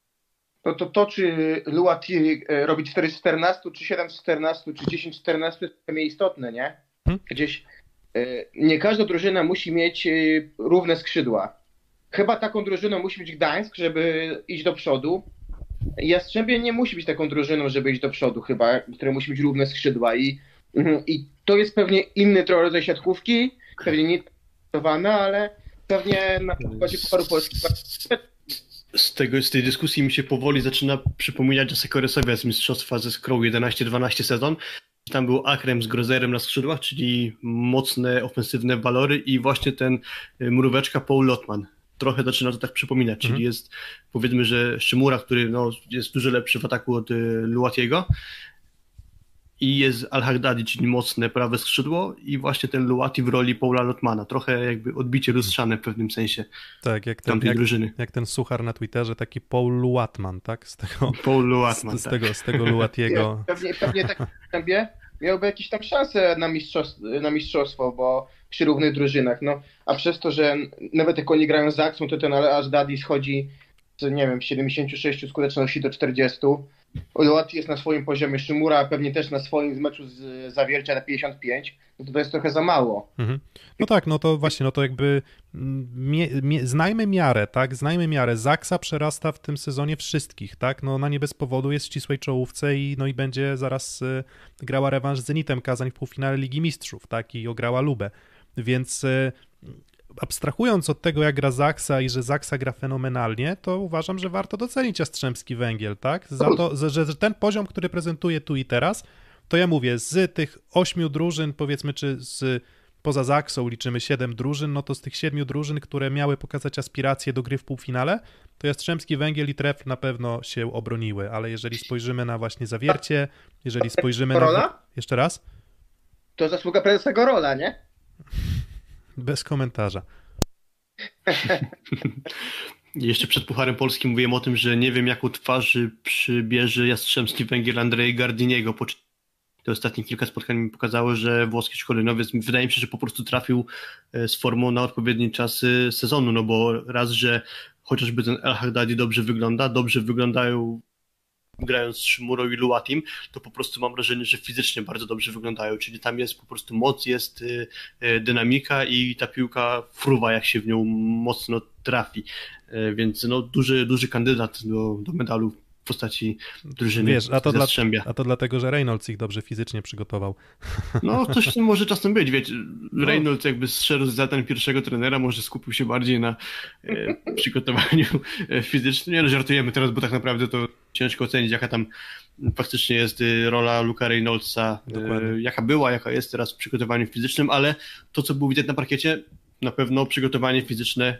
to to, to czy Luati robi cztery z czternastu, czy siedem z czternastu, czy dziesięć z czternastu jest istotne, nie? Hmm? Gdzieś nie każda drużyna musi mieć równe skrzydła. Chyba taką drużyną musi być Gdańsk, żeby iść do przodu. Jastrzębie nie musi być taką drużyną, żeby iść do przodu chyba, które musi mieć równe skrzydła. I, i to jest pewnie inny trochę rodzaj siatkówki, pewnie nie traktowana, ale pewnie na przykładzie Pucharu Polskiego. Z, tego, z tej dyskusji mi się powoli zaczyna przypominać Jasekoresowie z mistrzostwa ze Skrą jedenaście dwanaście sezon. Tam był Akrem z Grozerem na skrzydłach, czyli mocne, ofensywne walory i właśnie ten mróweczka Paul Lotman. Trochę zaczyna to tak przypominać, czyli mm. jest, powiedzmy, że Szymura, który no, jest dużo lepszy w ataku od Luatiego i jest Al-Haghdadi, czyli mocne prawe skrzydło i właśnie ten Luati w roli Paula Lotmana. Trochę jakby odbicie lustrzane w pewnym sensie tak, jak ten, tamtej jak, drużyny. Jak ten suchar na Twitterze, taki Paul Luatman, tak? Z tego, Paul Luatman, z, z, tak. tego, z tego Luatiego. Pewnie, pewnie tak w miałby jakieś tam szanse na mistrzostwo, na mistrzostwo, bo przy równych drużynach, no, a przez to, że nawet jak oni grają z Aksą, to ten Al-Haghdadi schodzi z, nie wiem, siedemdziesiąt sześć skuteczności do czterdziestu. Luati jest na swoim poziomie, Szymura pewnie też na swoim z meczu z Zawiercia na pięćdziesiąt pięć, no to to jest trochę za mało. Mhm. No tak, no to właśnie, no to jakby mie, mie, znajmy miarę, tak, znajmy miarę. Zaksa przerasta w tym sezonie wszystkich, tak, no ona nie bez powodu jest w ścisłej czołówce i no i będzie zaraz y, grała rewanż z Zenitem Kazań w półfinale Ligi Mistrzów, tak, i ograła Lubę, więc y, abstrahując od tego, jak gra Zaksa i że Zaksa gra fenomenalnie, to uważam, że warto docenić Jastrzębski Węgiel, tak? Za to, że, że ten poziom, który prezentuje tu i teraz, to ja mówię, z tych ośmiu drużyn, powiedzmy, czy z poza Zaksą liczymy siedem drużyn, no to z tych siedmiu drużyn, które miały pokazać aspiracje do gry w półfinale, to Jastrzębski Węgiel i Trefl na pewno się obroniły, ale jeżeli spojrzymy na właśnie Zawiercie, jeżeli spojrzymy Gorola? na... Jeszcze raz? To zasługa prezesa Gorola, nie? Bez komentarza. Jeszcze przed Pucharem Polskim mówiłem o tym, że nie wiem, jaką twarz przybierze Jastrzębski Węgiel Andrei Gardiniego. Te ostatnie kilka spotkań mi pokazało, że włoski szkoleniowiec, wydaje mi się, że po prostu trafił z formą na odpowiedni czas sezonu, no bo raz, że chociażby ten Al-Haghdadi dobrze wygląda, dobrze wyglądają grając z Szymurą i Luatim, to po prostu mam wrażenie, że fizycznie bardzo dobrze wyglądają, czyli tam jest po prostu moc, jest y, y, dynamika i ta piłka fruwa, jak się w nią mocno trafi, y, więc no duży, duży kandydat do, do medalu w postaci drużyny. Wiesz, a to, dla, a to dlatego, że Reynolds ich dobrze fizycznie przygotował. No, coś w tym może czasem być, wiecie, Reynolds jakby zszedł z zadań pierwszego trenera, może skupił się bardziej na e, przygotowaniu fizycznym. Nie, no, żartujemy teraz, bo tak naprawdę to ciężko ocenić, jaka tam faktycznie jest rola Luka Reynoldsa, e, jaka była, jaka jest teraz w przygotowaniu fizycznym, ale to, co było widać na parkiecie, na pewno przygotowanie fizyczne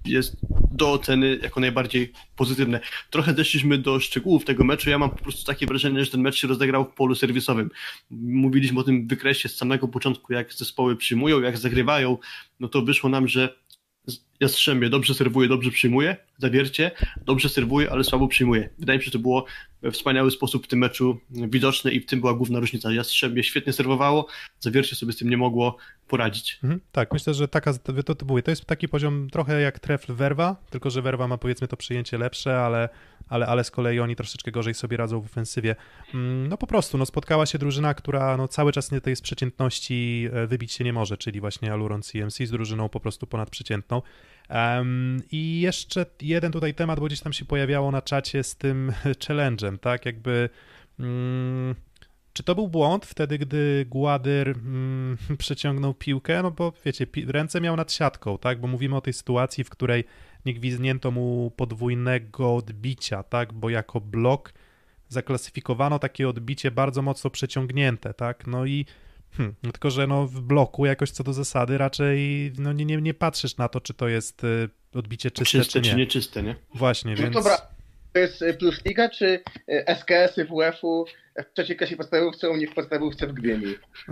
jest do oceny jako najbardziej pozytywne. Trochę zeszliśmy do szczegółów tego meczu. Ja mam po prostu takie wrażenie, że ten mecz się rozegrał w polu serwisowym. Mówiliśmy o tym wykresie z samego początku, jak zespoły przyjmują, jak zagrywają. No to wyszło nam, że Jastrzębie dobrze serwuje, dobrze przyjmuje, Zawiercie dobrze serwuje, ale słabo przyjmuje. Wydaje mi się, że to było w wspaniały sposób w tym meczu widoczne i w tym była główna różnica. Jastrzębie świetnie serwowało, Zawiercie sobie z tym nie mogło poradzić. Mhm, tak, myślę, że taka, to, to, to jest taki poziom trochę jak trefl Werwa, tylko że Werwa ma powiedzmy to przyjęcie lepsze, ale, ale, ale z kolei oni troszeczkę gorzej sobie radzą w ofensywie. No po prostu, no spotkała się drużyna, która no, cały czas nie tej z przeciętności wybić się nie może, czyli właśnie Aluron C M C z drużyną po prostu ponadprzeciętną. Um, I jeszcze jeden tutaj temat, bo gdzieś tam się pojawiało na czacie z tym challenge'em, tak, jakby mm, czy to był błąd wtedy, gdy Gładyr mm, przeciągnął piłkę, no bo wiecie, pi- ręce miał nad siatką, tak, bo mówimy o tej sytuacji, w której nie gwizdnięto mu podwójnego odbicia, tak, bo jako blok zaklasyfikowano takie odbicie bardzo mocno przeciągnięte, tak, no i Hmm, no tylko, że no w bloku jakoś co do zasady raczej no nie, nie, nie patrzysz na to, czy to jest y, odbicie czyste, czyste czy nie. czy nieczyste, nie? Właśnie, No więc... dobra, to jest Plus Liga, czy S K S-y W F-u w trzeciej klasie podstawówce, u mnie w podstawówce w Gdyni?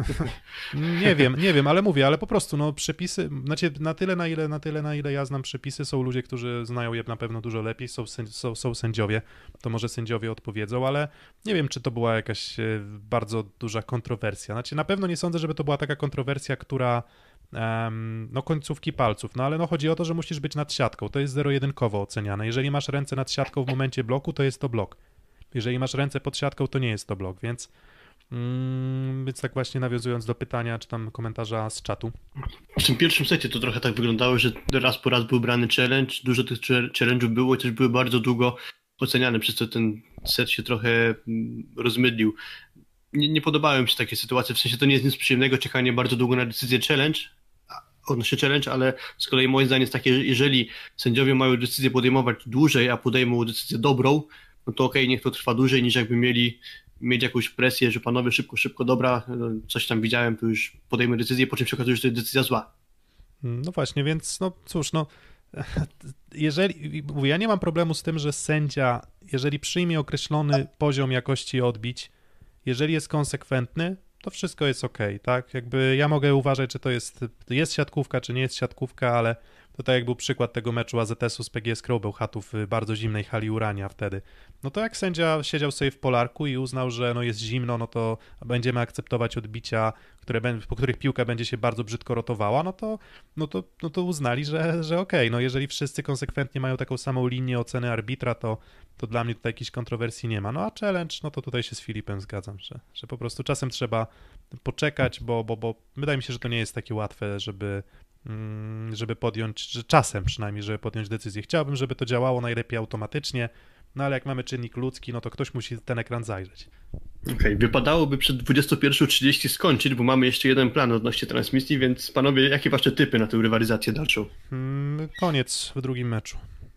Nie wiem, nie wiem, ale mówię, ale po prostu no przepisy, znaczy na tyle, na ile, na tyle, na ile ja znam przepisy, są ludzie, którzy znają je na pewno dużo lepiej, są, są, są sędziowie, to może sędziowie odpowiedzą, ale nie wiem, czy to była jakaś bardzo duża kontrowersja. Znaczy na pewno nie sądzę, żeby to była taka kontrowersja, która um, no końcówki palców, no ale no chodzi o to, że musisz być nad siatką, to jest zero-jedynkowo oceniane. Jeżeli masz ręce nad siatką w momencie bloku, to jest to blok. Jeżeli masz ręce pod siatką, to nie jest to blok, więc, mm, więc tak właśnie nawiązując do pytania, czy tam komentarza z czatu. W tym pierwszym secie to trochę tak wyglądało, że raz po raz był brany challenge, dużo tych challenge'ów było i też były bardzo długo oceniane, przez co ten set się trochę rozmydlił. Nie, nie podobały mi się takie sytuacje, w sensie to nie jest nic przyjemnego czekanie bardzo długo na decyzję challenge, odnośnie challenge, ale z kolei moje zdanie jest takie, że jeżeli sędziowie mają decyzję podejmować dłużej, a podejmą decyzję dobrą, no to okej, okay, niech to trwa dłużej, niż jakby mieli mieć jakąś presję, że panowie szybko, szybko, dobra, coś tam widziałem, to już podejmę decyzję, po czym się okazuje, że to jest decyzja zła. No właśnie, więc no cóż, no jeżeli, mówię, ja nie mam problemu z tym, że sędzia, jeżeli przyjmie określony poziom jakości odbić, jeżeli jest konsekwentny, to wszystko jest okej, tak? Jakby ja mogę uważać, czy to jest, jest siatkówka, czy nie jest siatkówka, ale to tak jak był przykład tego meczu A Z S-u z P G S Krąbełchatów w bardzo zimnej hali Urania wtedy. No to jak sędzia siedział sobie w polarku i uznał, że no jest zimno, no to będziemy akceptować odbicia, które, po których piłka będzie się bardzo brzydko rotowała, no to, no to, no to uznali, że, że okej, okay. No jeżeli wszyscy konsekwentnie mają taką samą linię oceny arbitra, to, to dla mnie tutaj jakichś kontrowersji nie ma. No a challenge, no to tutaj się z Filipem zgadzam, że, że po prostu czasem trzeba poczekać, bo, bo, bo wydaje mi się, że to nie jest takie łatwe, żeby żeby podjąć, że czasem przynajmniej, żeby podjąć decyzję. Chciałbym, żeby to działało najlepiej automatycznie, no ale jak mamy czynnik ludzki, no to ktoś musi ten ekran zajrzeć. Okej, okay, wypadałoby przed dwudziestą pierwszą trzydzieści skończyć, bo mamy jeszcze jeden plan odnośnie transmisji, więc panowie, jakie wasze typy na tę rywalizację dalszą? Hmm, koniec w drugim meczu.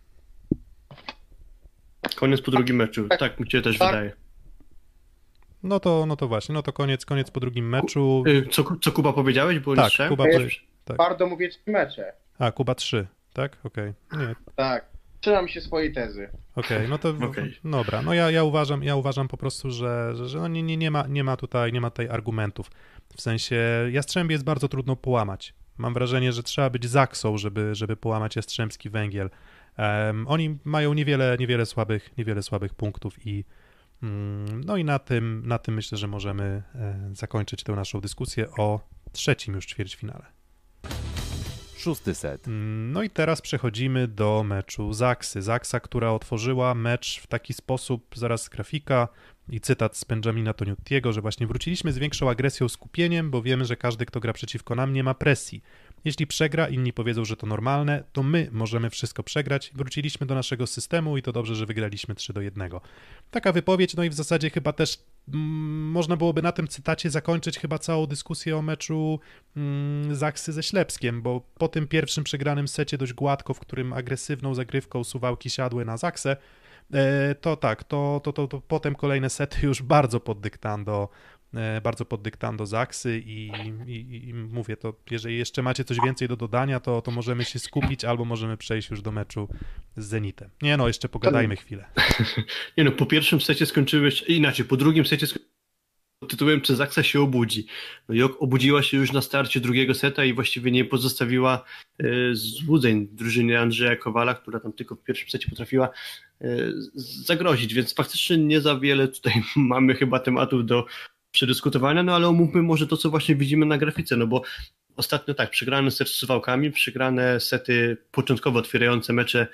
Koniec po drugim meczu, tak mi się też tak wydaje. No to, no to właśnie, no to koniec, koniec po drugim meczu. Co, co Kuba powiedziałeś? Bo tak, nie Kuba powiedział. Tak. Bardzo mówię trzy mecze. A, Kuba trzy, tak? Okej. Okay. Nie. Tak, trzymam się swojej tezy. Okej, okay, no to okay. Dobra, no ja, ja uważam, ja uważam po prostu, że, że, że no nie, nie, nie, ma, nie ma tutaj, nie ma tutaj argumentów. W sensie Jastrzębie jest bardzo trudno połamać. Mam wrażenie, że trzeba być zaksą, żeby, żeby połamać Jastrzębski Węgiel. Um, oni mają niewiele, niewiele słabych, niewiele słabych punktów i mm, no i na tym, na tym myślę, że możemy e, zakończyć tę naszą dyskusję o trzecim już ćwierćfinale. Szósty set. No i teraz przechodzimy do meczu Zaksy. Zaksa, która otworzyła mecz w taki sposób, zaraz grafika i cytat z Benjamina Toniutiego, że właśnie wróciliśmy z większą agresją, skupieniem, bo wiemy, że każdy, kto gra przeciwko nam, nie ma presji. Jeśli przegra, inni powiedzą, że to normalne, to my możemy wszystko przegrać. Wróciliśmy do naszego systemu i to dobrze, że wygraliśmy trzy do jednego. Taka wypowiedź, no i w zasadzie chyba też mm, można byłoby na tym cytacie zakończyć chyba całą dyskusję o meczu mm, Zaksy ze Ślepskiem, bo po tym pierwszym przegranym secie dość gładko, w którym agresywną zagrywką Suwałki siadły na Zaksę, to tak, to, to, to, to potem kolejne sety już bardzo pod dyktando bardzo pod dyktando Zaksy i, i, i mówię to, jeżeli jeszcze macie coś więcej do dodania, to, to możemy się skupić albo możemy przejść już do meczu z Zenitem. Nie no, jeszcze pogadajmy chwilę. Nie no, po pierwszym secie skończyłeś, inaczej, po drugim secie skończyłeś pod tytułem, czy Zaksa się obudzi. No i obudziła się już na starcie drugiego seta i właściwie nie pozostawiła y, złudzeń drużynie Andrzeja Kowala, która tam tylko w pierwszym secie potrafiła y, zagrozić, więc faktycznie nie za wiele tutaj mamy chyba tematów do przedyskutowania, no ale omówmy może to, co właśnie widzimy na grafice, no bo ostatnio tak, przegrane set z Suwałkami, przegrane sety początkowo otwierające mecze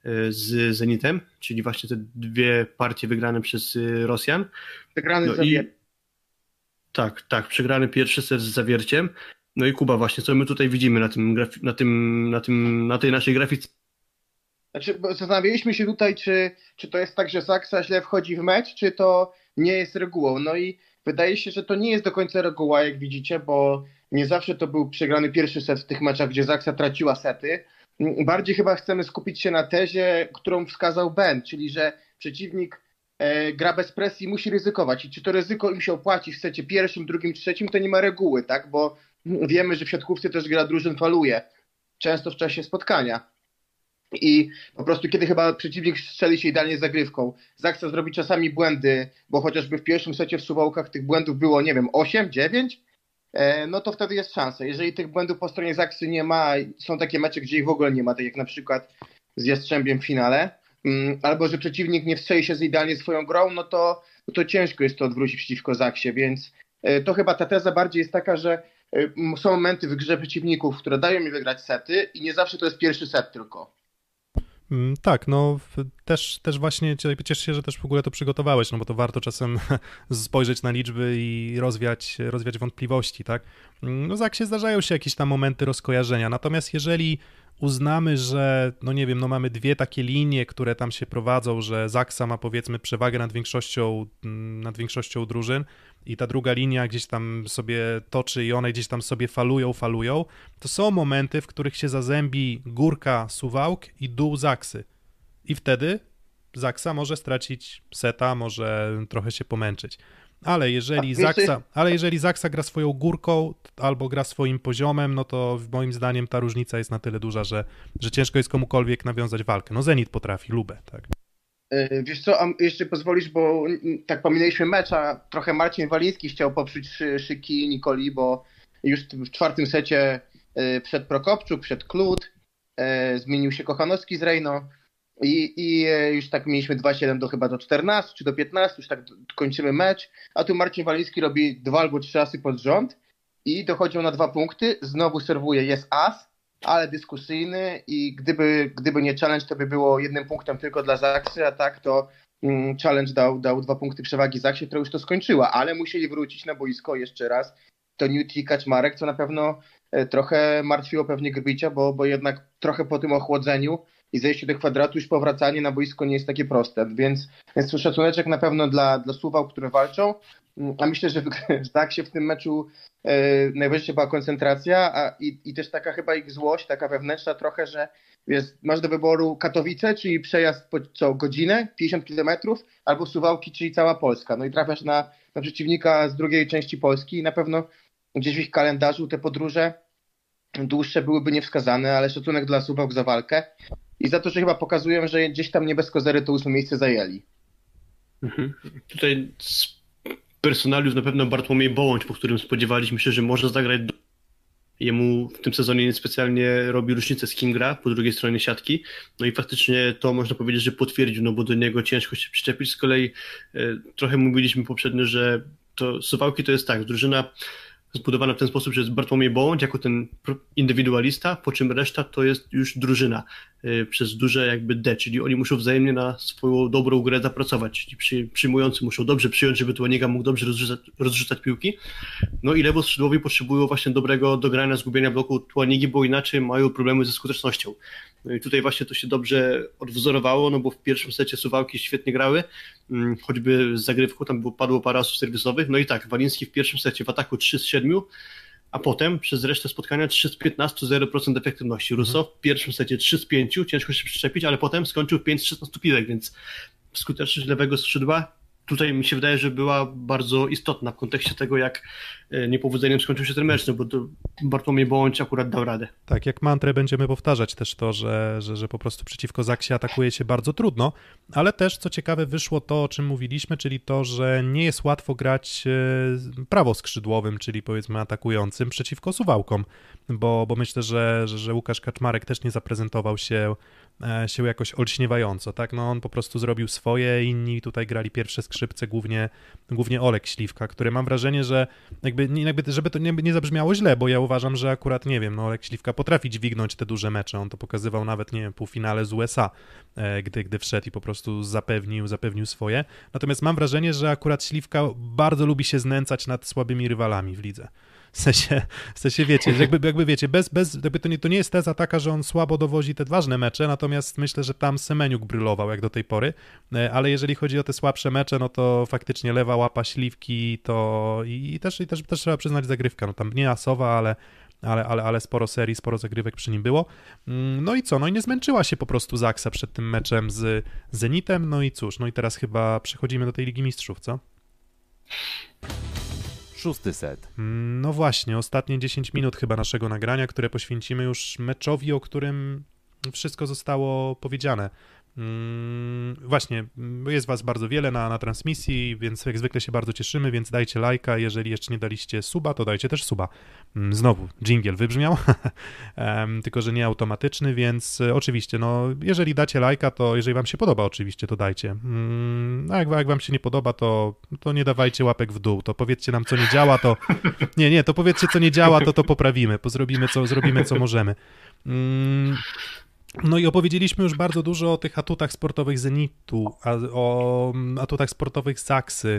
z Zenitem, czyli właśnie te dwie partie wygrane przez Rosjan. Przegrany no z Zawierciem. Tak, tak, przegrany pierwszy set z Zawierciem. No i Kuba, właśnie, co my tutaj widzimy na tym, grafi- na tym, na tym, na tej naszej grafice? Znaczy, bo zastanawialiśmy się tutaj, czy, czy to jest tak, że Zaksa źle wchodzi w mecz, czy to nie jest regułą. No i wydaje się, że to nie jest do końca reguła, jak widzicie, bo nie zawsze to był przegrany pierwszy set w tych meczach, gdzie Zaksa traciła sety. Bardziej chyba chcemy skupić się na tezie, którą wskazał Ben, czyli że przeciwnik e, gra bez presji, musi ryzykować. I czy to ryzyko im się opłaci w secie pierwszym, drugim, trzecim, to nie ma reguły, tak? Bo wiemy, że w siatkówce też gra drużyn faluje, często w czasie spotkania. I po prostu kiedy chyba przeciwnik strzeli się idealnie zagrywką, Zaksa zrobi czasami błędy, bo chociażby w pierwszym secie w Suwałkach tych błędów było, nie wiem, osiem, dziewięć, no to wtedy jest szansa. Jeżeli tych błędów po stronie Zaksy nie ma, są takie mecze, gdzie ich w ogóle nie ma, tak jak na przykład z Jastrzębiem w finale, albo że przeciwnik nie wstrzeli się z idealnie swoją grą, no to, no to ciężko jest to odwrócić przeciwko Zaksie, więc to chyba ta teza bardziej jest taka, że są momenty w grze przeciwników, które dają mi wygrać sety i nie zawsze to jest pierwszy set tylko. Tak, no też, też właśnie cieszę się, że też w ogóle to przygotowałeś, no bo to warto czasem spojrzeć na liczby i rozwiać, rozwiać wątpliwości, tak? No tak się zdarzają się jakieś tam momenty rozkojarzenia, natomiast jeżeli uznamy, że no nie wiem, no mamy dwie takie linie, które tam się prowadzą, że Zaksa ma powiedzmy przewagę nad większością, nad większością drużyn i ta druga linia gdzieś tam sobie toczy i one gdzieś tam sobie falują, falują, to są momenty, w których się zazębi górka Suwałk i dół Zaksy i wtedy Zaksa może stracić seta, może trochę się pomęczyć. Ale jeżeli, Zaksa, ale jeżeli Zaksa gra swoją górką albo gra swoim poziomem, no to moim zdaniem ta różnica jest na tyle duża, że, że ciężko jest komukolwiek nawiązać walkę. No Zenit potrafi, Lubę, tak. Wiesz co, a jeszcze pozwolisz, bo tak pominęliśmy mecz, a trochę Marcin Waliński chciał poprzeć szyki Nikoli, bo już w czwartym secie przed Prokopczuk, przed Klut, zmienił się Kochanowski z Rejno. I, I już tak mieliśmy dwa siedem do chyba do czternastu czy do piętnastu, już tak kończymy mecz, a tu Marcin Waliński robi dwa albo trzy asy pod rząd i dochodził na dwa punkty, znowu serwuje, jest as, ale dyskusyjny i gdyby, gdyby nie challenge, to by było jednym punktem tylko dla Zaksy, a tak to mm, challenge dał, dał dwa punkty przewagi Zaksie, która już to skończyła, ale musieli wrócić na boisko jeszcze raz, to Newt i Kaczmarek, co na pewno e, trochę martwiło pewnie Grbicia, bo, bo jednak trochę po tym ochłodzeniu i zejściu do kwadratu już powracanie na boisko nie jest takie proste, więc jest to szacuneczek na pewno dla, dla Suwałk, które walczą, a myślę, że tak się w tym meczu e, najwyższa była koncentracja a, i, i też taka chyba ich złość, taka wewnętrzna trochę, że wiesz, masz do wyboru Katowice, czyli przejazd po co godzinę, pięćdziesiąt kilometrów, albo Suwałki, czyli cała Polska, no i trafiasz na, na przeciwnika z drugiej części Polski i na pewno gdzieś w ich kalendarzu te podróże dłuższe byłyby niewskazane, ale szacunek dla Suwałk za walkę i za to, że chyba pokazują, że gdzieś tam nie bez kozery to ósme miejsce zajęli. Mhm. Tutaj z personaliów na pewno Bartłomiej Bołądź, po którym spodziewaliśmy się, że może zagrać. Jemu w tym sezonie niespecjalnie robi różnicę, z kim gra, po drugiej stronie siatki. No i faktycznie to można powiedzieć, że potwierdził, no bo do niego ciężko się przyczepić. Z kolei e, trochę mówiliśmy poprzednio, że to Suwałki to jest tak, drużyna zbudowana w ten sposób, że jest Bartłomiej Bołądź jako ten indywidualista, po czym reszta to jest już drużyna y, przez duże jakby D, czyli oni muszą wzajemnie na swoją dobrą grę zapracować, czyli przy, przyjmujący muszą dobrze przyjąć, żeby Tuaniga mógł dobrze rozrzucać, rozrzucać piłki, no i lewoskrzydłowi potrzebują właśnie dobrego dogrania, zgubienia bloku Tuanigi, bo inaczej mają problemy ze skutecznością. No i tutaj właśnie to się dobrze odwzorowało, no bo w pierwszym secie Suwałki świetnie grały, hmm, choćby z zagrywką, tam było, padło parę asów serwisowych, no i tak, Waliński w pierwszym secie w ataku trzy z siedmiu, a potem przez resztę spotkania trzy z piętnastu, zero procent efektywności. Russo w pierwszym secie trzy z pięciu, ciężko się przyczepić, ale potem skończył pięć z szesnastu piłek, więc skuteczność lewego skrzydła tutaj mi się wydaje, że była bardzo istotna w kontekście tego, jak niepowodzeniem skończył się ten mecz, no bo to Bartłomiej Bądź akurat dał radę. Tak, jak mantrę będziemy powtarzać też to, że, że, że po prostu przeciwko Zaksie atakuje się bardzo trudno, ale też, co ciekawe, wyszło to, o czym mówiliśmy, czyli to, że nie jest łatwo grać prawoskrzydłowym, czyli powiedzmy atakującym przeciwko Suwałkom, bo, bo myślę, że, że, że Łukasz Kaczmarek też nie zaprezentował się się jakoś olśniewająco, tak? No on po prostu zrobił swoje, inni tutaj grali pierwsze skrzypce, głównie, głównie Olek Śliwka, który mam wrażenie, że jakby, jakby żeby to nie, nie zabrzmiało źle, bo ja uważam, że akurat, nie wiem, no Olek Śliwka potrafi dźwignąć te duże mecze, on to pokazywał nawet, nie wiem, w półfinale z U S A, gdy, gdy wszedł i po prostu zapewnił, zapewnił swoje, natomiast mam wrażenie, że akurat Śliwka bardzo lubi się znęcać nad słabymi rywalami w lidze. W sensie, w sensie wiecie, jakby, jakby wiecie, bez, bez, jakby to, nie, to nie jest teza taka, że on słabo dowozi te ważne mecze, natomiast myślę, że tam Semeniuk brylował jak do tej pory, ale jeżeli chodzi o te słabsze mecze, no to faktycznie lewa łapa Śliwki to i, i, też, i też, też trzeba przyznać zagrywka, no tam nie asowa, ale, ale, ale, ale sporo serii, sporo zagrywek przy nim było. No i co, no i nie zmęczyła się po prostu Zaksa przed tym meczem z Zenitem, no i cóż, no i teraz chyba przechodzimy do tej Ligi Mistrzów, co? Szósty set. No właśnie, ostatnie dziesięć minut chyba naszego nagrania, które poświęcimy już meczowi, o którym wszystko zostało powiedziane. Hmm, właśnie, jest was bardzo wiele na, na transmisji, więc jak zwykle się bardzo cieszymy, więc dajcie lajka, jeżeli jeszcze nie daliście suba, to dajcie też suba. Hmm, znowu, dżingiel wybrzmiał, um, tylko że nie automatyczny, więc e, oczywiście, no jeżeli dacie lajka, to jeżeli wam się podoba oczywiście, to dajcie. Hmm, a jak, jak wam się nie podoba, to, to nie dawajcie łapek w dół, to powiedzcie nam, co nie działa, to nie, nie, to powiedzcie, co nie działa, to to poprawimy, pozrobimy, co, zrobimy, co możemy. Hmm, No i opowiedzieliśmy już bardzo dużo o tych atutach sportowych Zenitu, a, o atutach sportowych Zaksy.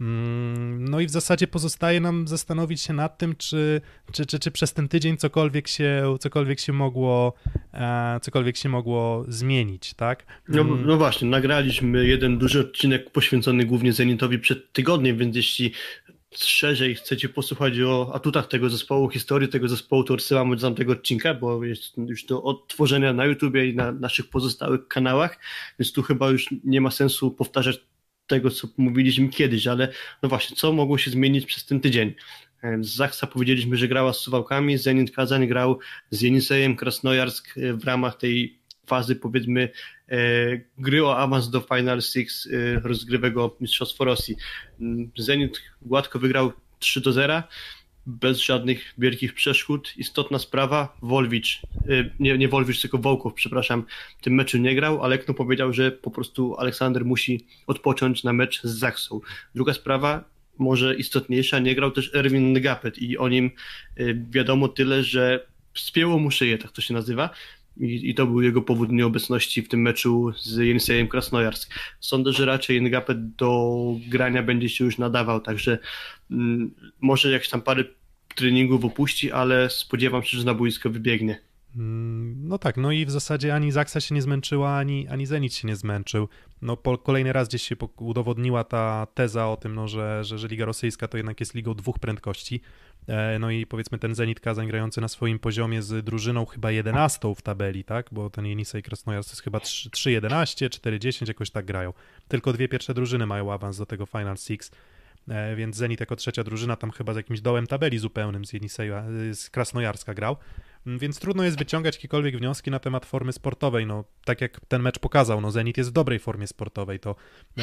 No i w zasadzie pozostaje nam zastanowić się nad tym, czy, czy, czy, czy przez ten tydzień cokolwiek się, cokolwiek się mogło, e, cokolwiek się mogło zmienić, tak? No, no właśnie, nagraliśmy jeden duży odcinek poświęcony głównie Zenitowi przed tygodniem, więc jeśli szerzej chcecie posłuchać o atutach tego zespołu, historii tego zespołu, to odsyłamy do tamtego odcinka, bo jest już do odtworzenia na YouTubie i na naszych pozostałych kanałach, więc tu chyba już nie ma sensu powtarzać tego, co mówiliśmy kiedyś, ale no właśnie, co mogło się zmienić przez ten tydzień? Z Zaksa powiedzieliśmy, że grała z Suwałkami, Zenit Kazań grał z Jenisejem Krasnojarsk w ramach tej fazy, powiedzmy, e, gry o awans do Final Six e, rozgrywek o Mistrzostwo Rosji. Zenit gładko wygrał trzy do zera, bez żadnych wielkich przeszkód. Istotna sprawa, Wolwicz, e, nie, nie Wolwicz, tylko Wołkow, przepraszam, w tym meczu nie grał, ale Lekno powiedział, że po prostu Aleksander musi odpocząć na mecz z Zaksą. Druga sprawa, może istotniejsza, nie grał też Erwin Ngapet i o nim e, wiadomo tyle, że spięło mu szyję, tak to się nazywa. I, I to był jego powód nieobecności w tym meczu z Jenisejem Krasnojarsk. Sądzę, że raczej Ngapet do grania będzie się już nadawał, także mm, może jakieś tam parę treningów opuści, ale spodziewam się, że na boisko wybiegnie. No tak, no i w zasadzie ani Zaksa się nie zmęczyła, ani, ani Zenit się nie zmęczył. No po, kolejny raz gdzieś się udowodniła ta teza o tym, no, że, że, że Liga Rosyjska to jednak jest ligą dwóch prędkości. No i powiedzmy ten Zenit Kazań grający na swoim poziomie z drużyną chyba jedenastą w tabeli, tak? Bo ten Jenisej Krasnojarsk to jest chyba trzy jedenaście, cztery dziesięć, jakoś tak grają. Tylko dwie pierwsze drużyny mają awans do tego Final Six, więc Zenit jako trzecia drużyna tam chyba z jakimś dołem tabeli zupełnym z Jeniseja, z Krasnojarska grał. Więc trudno jest wyciągać jakiekolwiek wnioski na temat formy sportowej. No, tak jak ten mecz pokazał, no Zenit jest w dobrej formie sportowej, to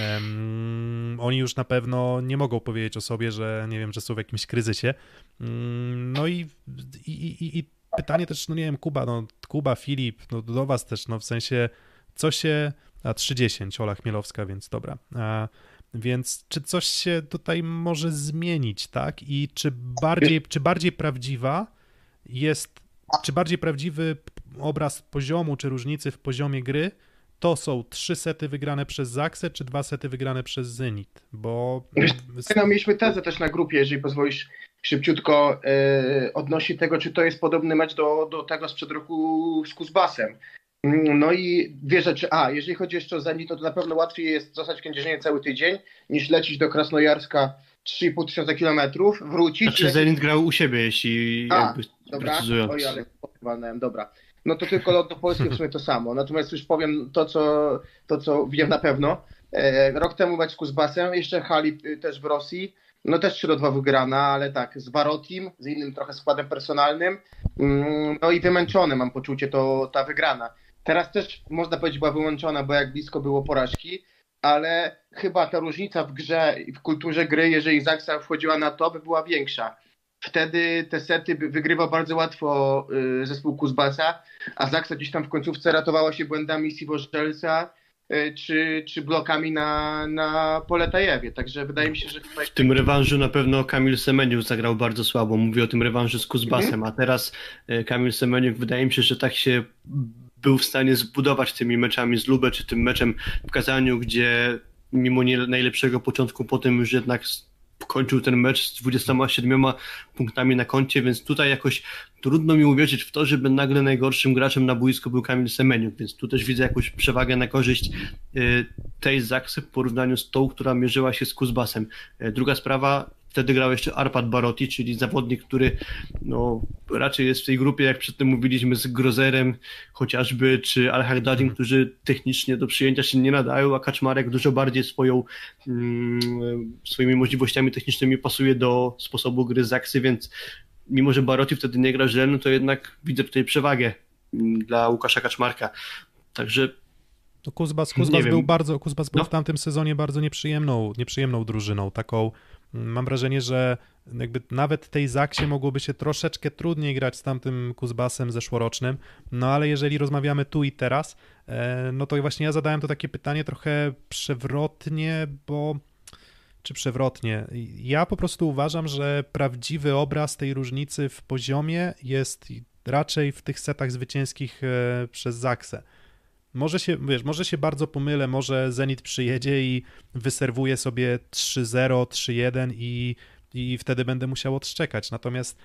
um, oni już na pewno nie mogą powiedzieć o sobie, że nie wiem, że są w jakimś kryzysie. Um, no i, i, i, i pytanie też, no nie wiem, Kuba, no Kuba, Filip, no do was też, no w sensie, co się, a trzy dziesięć, Ola Chmielowska, więc dobra. A, więc czy coś się tutaj może zmienić, tak? I czy bardziej, czy bardziej prawdziwa jest Czy bardziej prawdziwy obraz poziomu, czy różnicy w poziomie gry to są trzy sety wygrane przez Zaksę, czy dwa sety wygrane przez Zenit? Bo... No, mieliśmy tezę też na grupie, jeżeli pozwolisz szybciutko, yy, odnośnie tego, czy to jest podobny mecz do, do tego sprzed roku z Kuzbasem. No i dwie rzeczy. A, jeżeli chodzi jeszcze o Zenit, no to na pewno łatwiej jest zostać w Kędzierzynie cały tydzień, niż lecieć do Krasnojarska trzy i pół tysiąca kilometrów, wrócić... Znaczy Zenit grał u siebie, jeśli A, jakby dobra, precyzując. oj, ale walnąłem, dobra. No to tylko lot do Polski w sumie to samo. Natomiast już powiem to, co, to, co wiem na pewno. Rok temu mecz z Kuzbasem, jeszcze Halib też w Rosji, no też trzy do dwa wygrana, ale tak, z Barotim, z innym trochę składem personalnym, no i wymęczony mam poczucie to ta wygrana. Teraz też można powiedzieć była wymęczona, bo jak blisko było porażki, ale chyba ta różnica w grze i w kulturze gry, jeżeli Zaksa wchodziła na to, by była większa. Wtedy te sety wygrywał bardzo łatwo zespół Kuzbasa, a Zaksa gdzieś tam w końcówce ratowała się błędami Siwożelca, czy, czy blokami na, na Poletajewie. Także wydaje mi się, że tutaj... W tym rewanżu na pewno Kamil Semeniuk zagrał bardzo słabo. Mówię o tym rewanżu z Kuzbasem, mm-hmm. a teraz Kamil Semeniuk wydaje mi się, że tak się był w stanie zbudować tymi meczami z Lubę, czy tym meczem w Kazaniu, gdzie mimo nie najlepszego początku potem już jednak kończył ten mecz z dwudziestoma siedmioma punktami na koncie, więc tutaj jakoś trudno mi uwierzyć w to, żeby nagle najgorszym graczem na boisku był Kamil Semeniuk, więc tu też widzę jakąś przewagę na korzyść tej Zaksy w porównaniu z tą, która mierzyła się z Kuzbasem. Druga sprawa, wtedy grał jeszcze Arpad Baroti, czyli zawodnik, który no, raczej jest w tej grupie, jak przedtem mówiliśmy, z Grozerem chociażby, czy Al-Hagdadim, którzy technicznie do przyjęcia się nie nadają, a Kaczmarek dużo bardziej swoją, mm, swoimi możliwościami technicznymi pasuje do sposobu gry Zaksy, więc mimo, że Baroti wtedy nie gra źle, no to jednak widzę tutaj przewagę dla Łukasza Kaczmarka. Także no Kuzbas, Kuzbas był bardzo, Kuzbas był no. w tamtym sezonie bardzo nieprzyjemną, nieprzyjemną drużyną, taką. Mam wrażenie, że jakby nawet tej Zaksie mogłoby się troszeczkę trudniej grać z tamtym Kuzbasem zeszłorocznym, no ale jeżeli rozmawiamy tu i teraz, no to właśnie ja zadałem to takie pytanie trochę przewrotnie, bo czy przewrotnie? Ja po prostu uważam, że prawdziwy obraz tej różnicy w poziomie jest raczej w tych setach zwycięskich przez Zaksę. Może się, wiesz, może się bardzo pomylę, może Zenit przyjedzie i wyserwuje sobie trzy zero, trzy jeden i, i wtedy będę musiał odszczekać. Natomiast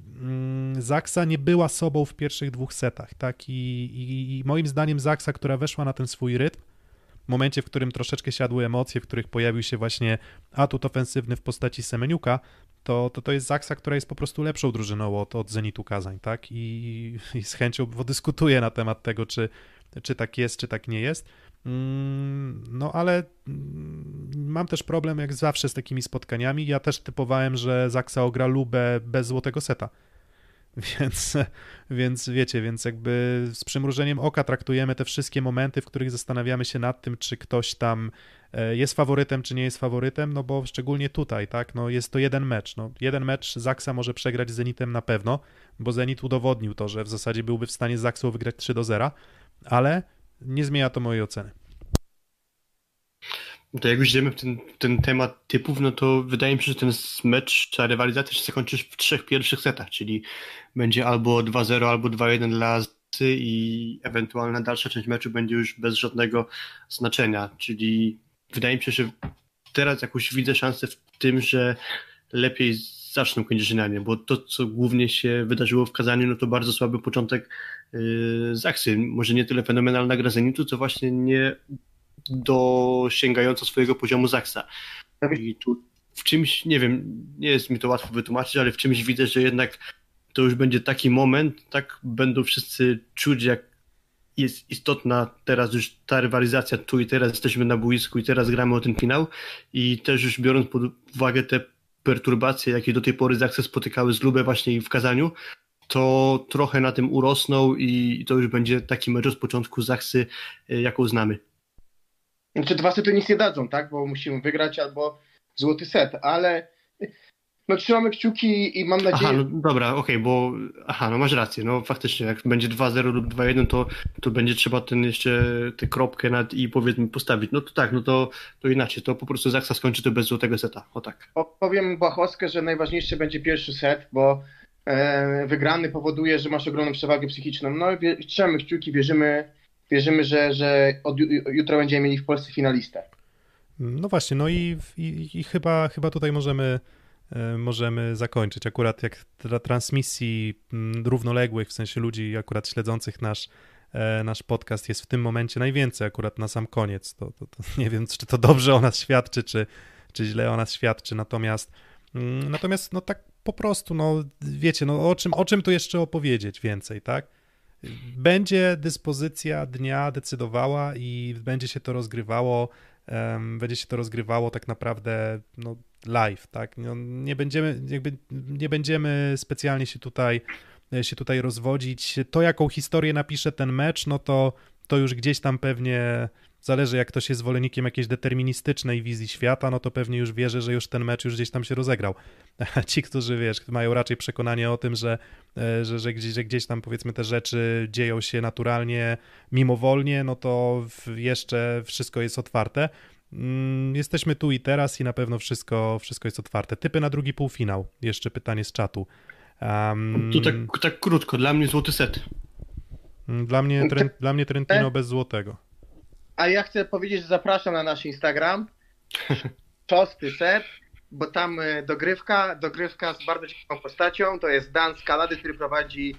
mm, Zaksa nie była sobą w pierwszych dwóch setach, tak? I, i, i moim zdaniem Zaksa, która weszła na ten swój rytm, w momencie, w którym troszeczkę siadły emocje, w których pojawił się właśnie atut ofensywny w postaci Semeniuka, to, to to jest Zaksa, która jest po prostu lepszą drużyną od, od Zenitu Kazań, tak? I, i z chęcią podyskutuję na temat tego, czy czy tak jest, czy tak nie jest. No ale mam też problem jak zawsze z takimi spotkaniami. Ja też typowałem, że Zaksa ogra Lubę bez złotego seta. Więc, więc wiecie, więc jakby z przymrużeniem oka traktujemy te wszystkie momenty, w których zastanawiamy się nad tym, czy ktoś tam jest faworytem, czy nie jest faworytem, no bo szczególnie tutaj, tak, no jest to jeden mecz. No, jeden mecz Zaksa może przegrać z Zenitem na pewno, bo Zenit udowodnił to, że w zasadzie byłby w stanie z Zaksą wygrać trzy do zera, ale nie zmienia to mojej oceny. To jak już idziemy w ten, ten temat typów, no to wydaje mi się, że ten mecz, ta rywalizacja się zakończy w trzech pierwszych setach, czyli będzie albo dwa zero, albo dwa jeden dla Zaksy i ewentualna dalsza część meczu będzie już bez żadnego znaczenia, czyli wydaje mi się, że teraz jakoś widzę szansę w tym, że lepiej zaczną Kędzierzynianie, bo to, co głównie się wydarzyło w Kazaniu, no to bardzo słaby początek yy, Zaksy. Może nie tyle fenomenalna gra Zenitu, co właśnie nie dosięgająca swojego poziomu Zaksa. I tu w czymś, nie wiem, nie jest mi to łatwo wytłumaczyć, ale w czymś widzę, że jednak to już będzie taki moment, tak będą wszyscy czuć, jak jest istotna teraz już ta rywalizacja tu i teraz jesteśmy na boisku i teraz gramy o ten finał i też już biorąc pod uwagę te perturbacje, jakie do tej pory Zaksy spotykały z Lubę właśnie w Kazaniu, to trochę na tym urosną i to już będzie taki mecz od początku Zaksy, jaką znamy. Znaczy dwa sety nic nie dadzą, tak? Bo musimy wygrać albo złoty set, ale no trzymamy kciuki i mam nadzieję... Aha, no dobra, okej, okay, bo aha, no masz rację, no faktycznie, jak będzie dwa zero lub dwa jeden, to, to będzie trzeba ten jeszcze tę kropkę nad i powiedzmy postawić. No to tak, no to, to inaczej, to po prostu Zaksa skończy to bez złotego seta, o tak. Powiem Błachowskę, że najważniejszy będzie pierwszy set, bo e, wygrany powoduje, że masz ogromną przewagę psychiczną. No wie, trzymamy kciuki, wierzymy, wierzymy, że, że od jutra będziemy mieli w Polsce finalistę. No właśnie, no i, i, i chyba, chyba tutaj możemy możemy zakończyć. Akurat jak dla transmisji równoległych, w sensie ludzi akurat śledzących nasz, nasz podcast jest w tym momencie najwięcej, akurat na sam koniec. To, to, to nie wiem, czy to dobrze o nas świadczy, czy, czy źle o nas świadczy. Natomiast natomiast no tak po prostu, no wiecie, no o czym, o czym tu jeszcze opowiedzieć więcej, tak? Będzie dyspozycja dnia decydowała i będzie się to rozgrywało um, będzie się to rozgrywało tak naprawdę no, live, tak? No, nie będziemy, jakby nie będziemy specjalnie się tutaj się tutaj rozwodzić. To, jaką historię napisze ten mecz, no to, to już gdzieś tam pewnie zależy, jak ktoś jest zwolennikiem jakiejś deterministycznej wizji świata, no to pewnie już wierzy, że już ten mecz już gdzieś tam się rozegrał. A ci, którzy, wiesz, mają raczej przekonanie o tym, że, że, że, gdzieś, że gdzieś tam, powiedzmy, te rzeczy dzieją się naturalnie, mimowolnie, no to jeszcze wszystko jest otwarte. Jesteśmy tu i teraz i na pewno wszystko, wszystko jest otwarte. Typy na drugi półfinał. Jeszcze pytanie z czatu. Um, tu tak, tak krótko, dla mnie złoty set. Dla mnie, tre, dla mnie Trentino bez złotego. A ja chcę powiedzieć, że zapraszam na nasz Instagram. Szósty set, bo tam dogrywka, dogrywka z bardzo ciekawą postacią. To jest Dan Skalady, który prowadzi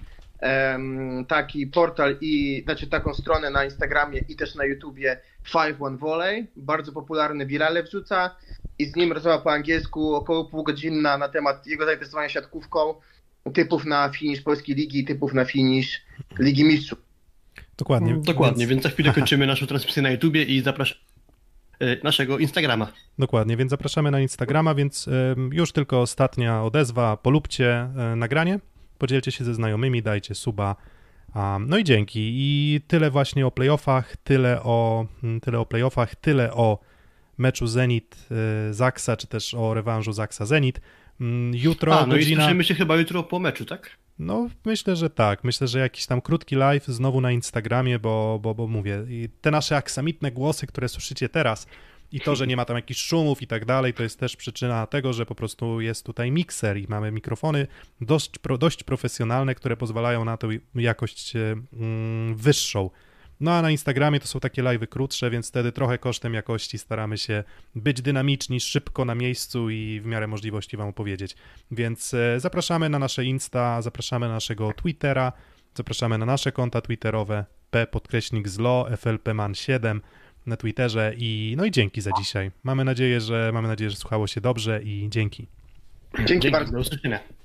um, taki portal i znaczy taką stronę na Instagramie i też na YouTubie Five One Volley. Bardzo popularny, wirale wrzuca i z nim rozmowa po angielsku około półgodzinna na temat jego zainteresowania siatkówką, typów na finisz Polskiej Ligi, typów na finisz Ligi Mistrzów. Dokładnie. Dokładnie, więc, więc za chwilę kończymy naszą transmisję na YouTubie i zapraszam naszego Instagrama. Dokładnie, więc zapraszamy na Instagrama, więc już tylko ostatnia odezwa, polubcie nagranie, podzielcie się ze znajomymi, dajcie suba, no i dzięki. I tyle właśnie o playoffach, tyle o, tyle o playoffach, tyle o meczu Zenit-Zaksa, czy też o rewanżu Zaksa-Zenit. Jutro A, no godzina... i słyszymy się chyba jutro po meczu, tak? No, myślę, że tak. Myślę, że jakiś tam krótki live znowu na Instagramie, bo, bo, bo mówię, i te nasze aksamitne głosy, które słyszycie teraz i to, że nie ma tam jakichś szumów i tak dalej, to jest też przyczyna tego, że po prostu jest tutaj mikser i mamy mikrofony dość, pro, dość profesjonalne, które pozwalają na tę jakość mm, wyższą. No a na Instagramie to są takie live'y krótsze, więc wtedy trochę kosztem jakości staramy się być dynamiczni, szybko na miejscu i w miarę możliwości wam opowiedzieć. Więc zapraszamy na nasze Insta, zapraszamy na naszego Twittera, zapraszamy na nasze konta twitterowe p podkreśnik zlo, F L P man siedem na Twitterze i no i dzięki za dzisiaj. Mamy nadzieję, że mamy nadzieję, że słuchało się dobrze i dzięki. Dzięki, Dzięki bardzo. Do usłyszenia.